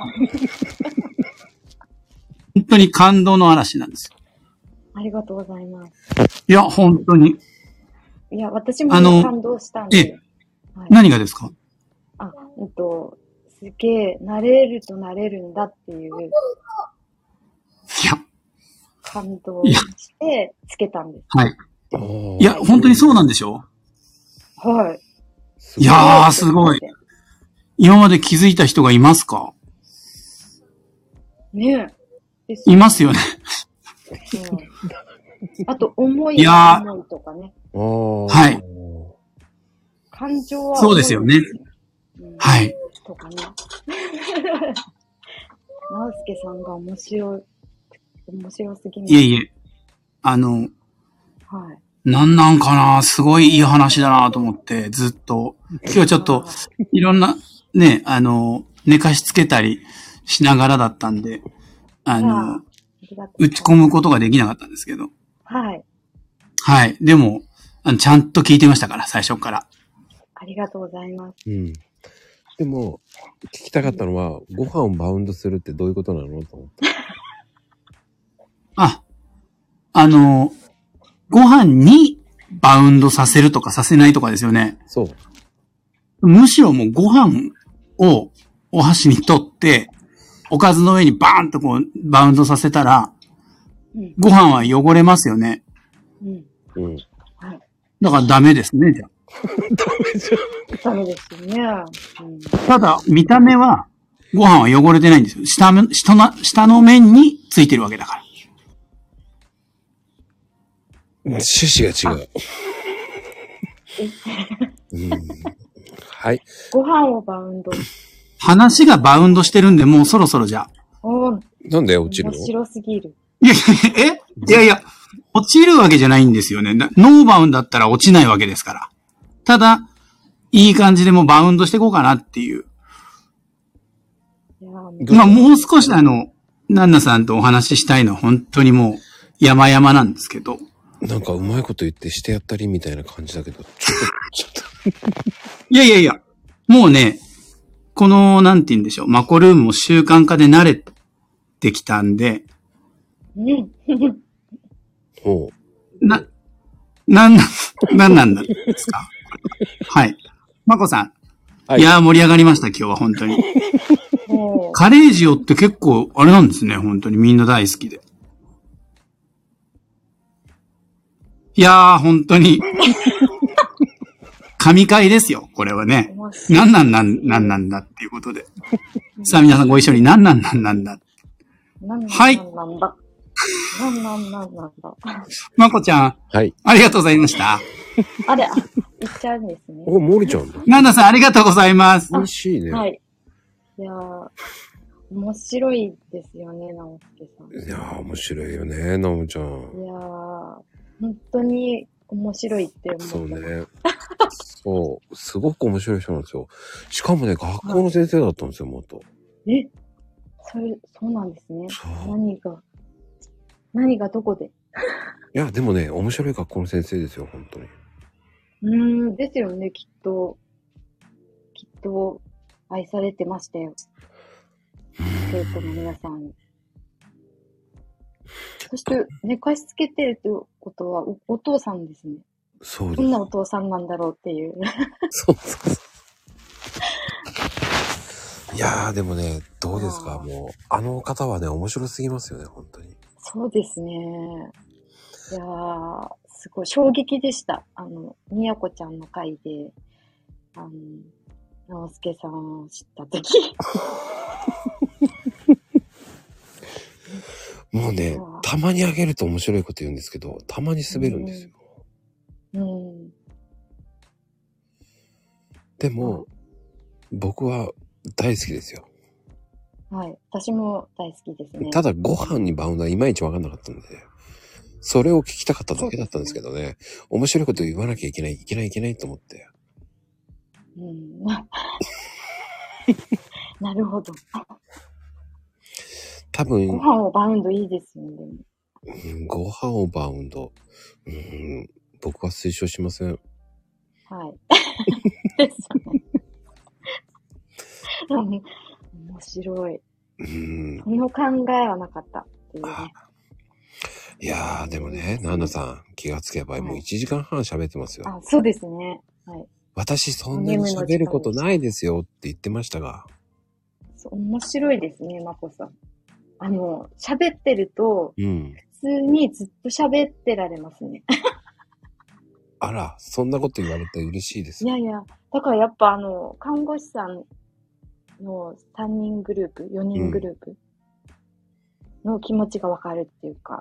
本当に感動の嵐なんですよ。 ありがとうございます。 いや、本当に。 いや、私も感動したんで。 何がですか？ すげえ、なれるとなれるんだっていう。 いや。 感動してつけたんです。 はい。いや、本当にそうなんでしょ？ はい。 いやー、すごい。今まで気づいた人がいますか？ ねえ。 いますよね。 あと、思いとかね。 はい。 感情は。 そうですよね。はい。 とかね。直輔さんが面白すぎます。 いえいえ。 はい。 なんかな、すごいいい話だなと思って、ずっと。今日ちょっと、いろんな、ね、寝かしつけたりしながらだったんで、打ち込むことができなかったんですけど。 はい。 はい。でも、ちゃんと聞いてましたから、最初から。 ありがとうございます。 でも、聞きたかったのは、ご飯をバウンドするってどういうことなのと思って。 ご飯にバウンドさせるとかさせないとかですよね。 そう。 むしろもうご飯をお箸に取って、おかずの上にバーンとこうバウンドさせたら、ご飯は汚れますよね。だからダメですね、じゃあ。 ダメですよね。 ただ、見た目は、ご飯は汚れてないんですよ。下の面についてるわけだから。 趣旨が違う。はい。 ご飯をバウンド。 話がバウンドしてるんで、もうそろそろじゃあ。 なんで落ちるの？ 面白すぎる。 いや、落ちるわけじゃないんですよね。ノーバウンドだったら落ちないわけですから。ただ、いい感じでもうバウンドしていこうかなっていう。まあ、もう少しナンナさんとお話ししたいのは本当にもう山々なんですけど。 なんかうまいこと言ってしてやったりみたいな感じだけど、ちょっと。 いや。もうね、この、なんて言うんでしょう、マコルームも習慣化で慣れてきたんで。 ほう。 なんなんですか？はい。マコさん。はい、いやー盛り上がりました、今日は本当に。カレー塩って結構、あれなんですね、本当にみんな大好きで。 いやー、本当に。神回ですよ、これはね。なんなんだっていうことで。さあ皆さんご一緒になんだ。はい。 なんだ。 まこちゃん。 はい。 ありがとうございました。 あれ、言っちゃうんですね。 お、モリちゃんだ。 なんださんありがとうございます。 美味しいね。 はい。いやー、面白いですよね、直輔さん。 いやー、面白いよね、なおちゃん。いやー、本当に面白いって思って。 そうね。そう。すごく面白い人なんですよ。しかもね、学校の先生だったんですよ、元。 そうなんですね。 そう。 何がどこで？ いや、でもね、面白い学校の先生ですよ、本当に。 ですよね、きっと愛されてましたよ。生徒の皆さんに。そして、寝かしつけてるということはお父さんですね。 そうです。 どんなお父さんなんだろうっていう。 そう。いやー、でもね、どうですか、もう、あの方はね、面白すぎますよね、本当に。 そうですね。いやー、すごい衝撃でした。みやこちゃんの回で、直輔さんを知ったとき。 もうね、たまにあげると面白いこと言うんですけど、たまに滑るんですよ。でも、僕は大好きですよ。 はい。私も大好きですね。 ただご飯にバウンドはいまいちわかんなかったんで、それを聞きたかっただけだったんですけどね。面白いこと言わなきゃいけないと思って。 なるほど。 多分。 ご飯をバウンドいいですよね。 ご飯をバウンド。僕は推奨しません。 はい。ですね。面白い。その考えはなかったっていうね。 いやー、でもね、ナナさん、気がつけばもう1時間半喋ってますよ。 あ、そうですね。はい。 私そんなに喋ることないですよって言ってましたが。 面白いですね、まこさん。喋ってると、普通にずっと喋ってられますね。 あら、そんなこと言われて嬉しいです。 いやいや、だからやっぱ看護師さんの3人グループ、4人グループの気持ちがわかるっていうか、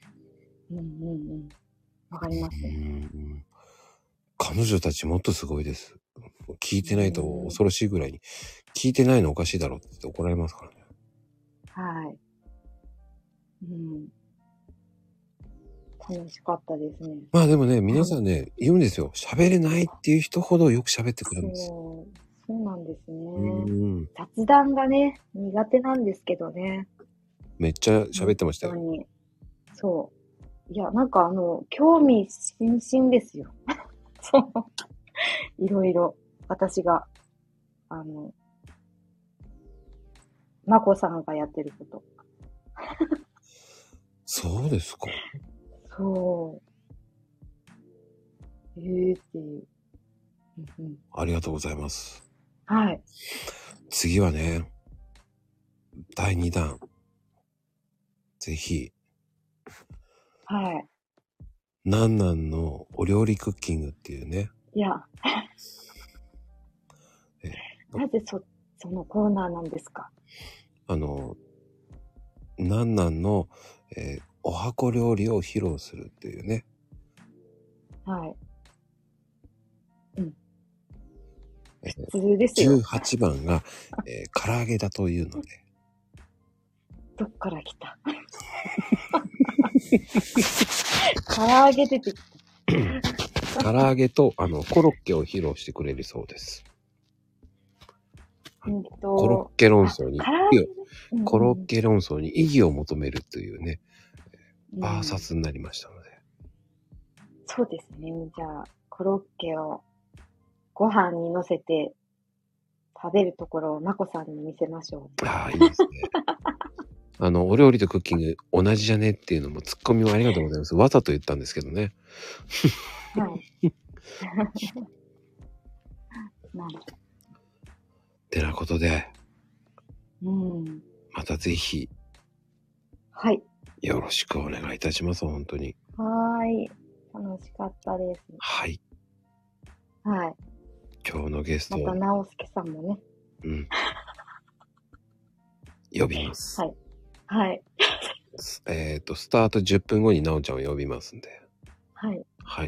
わかりますね。 彼女たちもっとすごいです。聞いてないと恐ろしいぐらいに、聞いてないのおかしいだろって怒られますからね。 はい。楽しかったですね。 まあでもね、皆さんね、言うんですよ。喋れないっていう人ほどよく喋ってくるんですよ。 そうなんですね。雑談がね、苦手なんですけどね。 めっちゃ喋ってましたよ。 そう。いや、なんか興味津々ですよ。そう。いろいろ、私が、まこさんがやってること。 そうですか。 そう。っていう。 ありがとうございます。 はい。 次はね、第2弾。ぜひ。 はい。 なんなんのお料理クッキングっていうね。 いや。なぜそのコーナーなんですか？ なんなんの、お箱料理を披露するっていうね。 はい。普通ですよ。 18番が、唐揚げだというので。 どっから来た？唐揚げ出てきた。唐揚げと、コロッケを披露してくれるそうです。コロッケ論争に、コロッケ論争に異議を求めるというね、バーサスになりましたので。 そうですね。じゃあ、コロッケをご飯に乗せて食べるところをまこさんに見せましょう。 ああ、いいですね。お料理とクッキング同じじゃねっていうのもツッコミもありがとうございます。わざと言ったんですけどね。 はい。 てなことで、またぜひ、 はい。 よろしくお願いいたします、本当に。 はい。 楽しかったです。 はい。 はい。 今日のゲスト。 また、直輔さんもね。 うん。呼びます。 はい。はい。 スタート10分後になおちゃんを呼びますんで。 はい。 はい。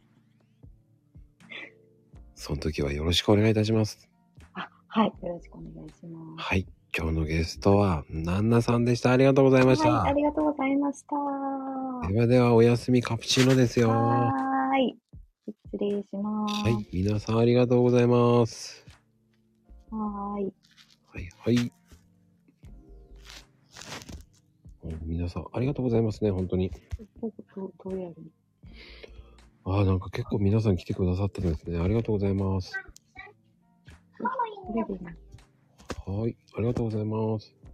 その時はよろしくお願いいたします。 はい。よろしくお願いします。 はい。今日のゲストは、ナンナさんでした。ありがとうございました。 はい。ありがとうございました。 ではでは、おやすみカプチーノですよ。 はい。失礼します。 はい。皆さんありがとうございます。 はい。 はいはい。皆さんありがとうございますね、本当に。 どうやる？ なんか結構皆さん来てくださってるんですね。ありがとうございます。はい、ありがとうございます。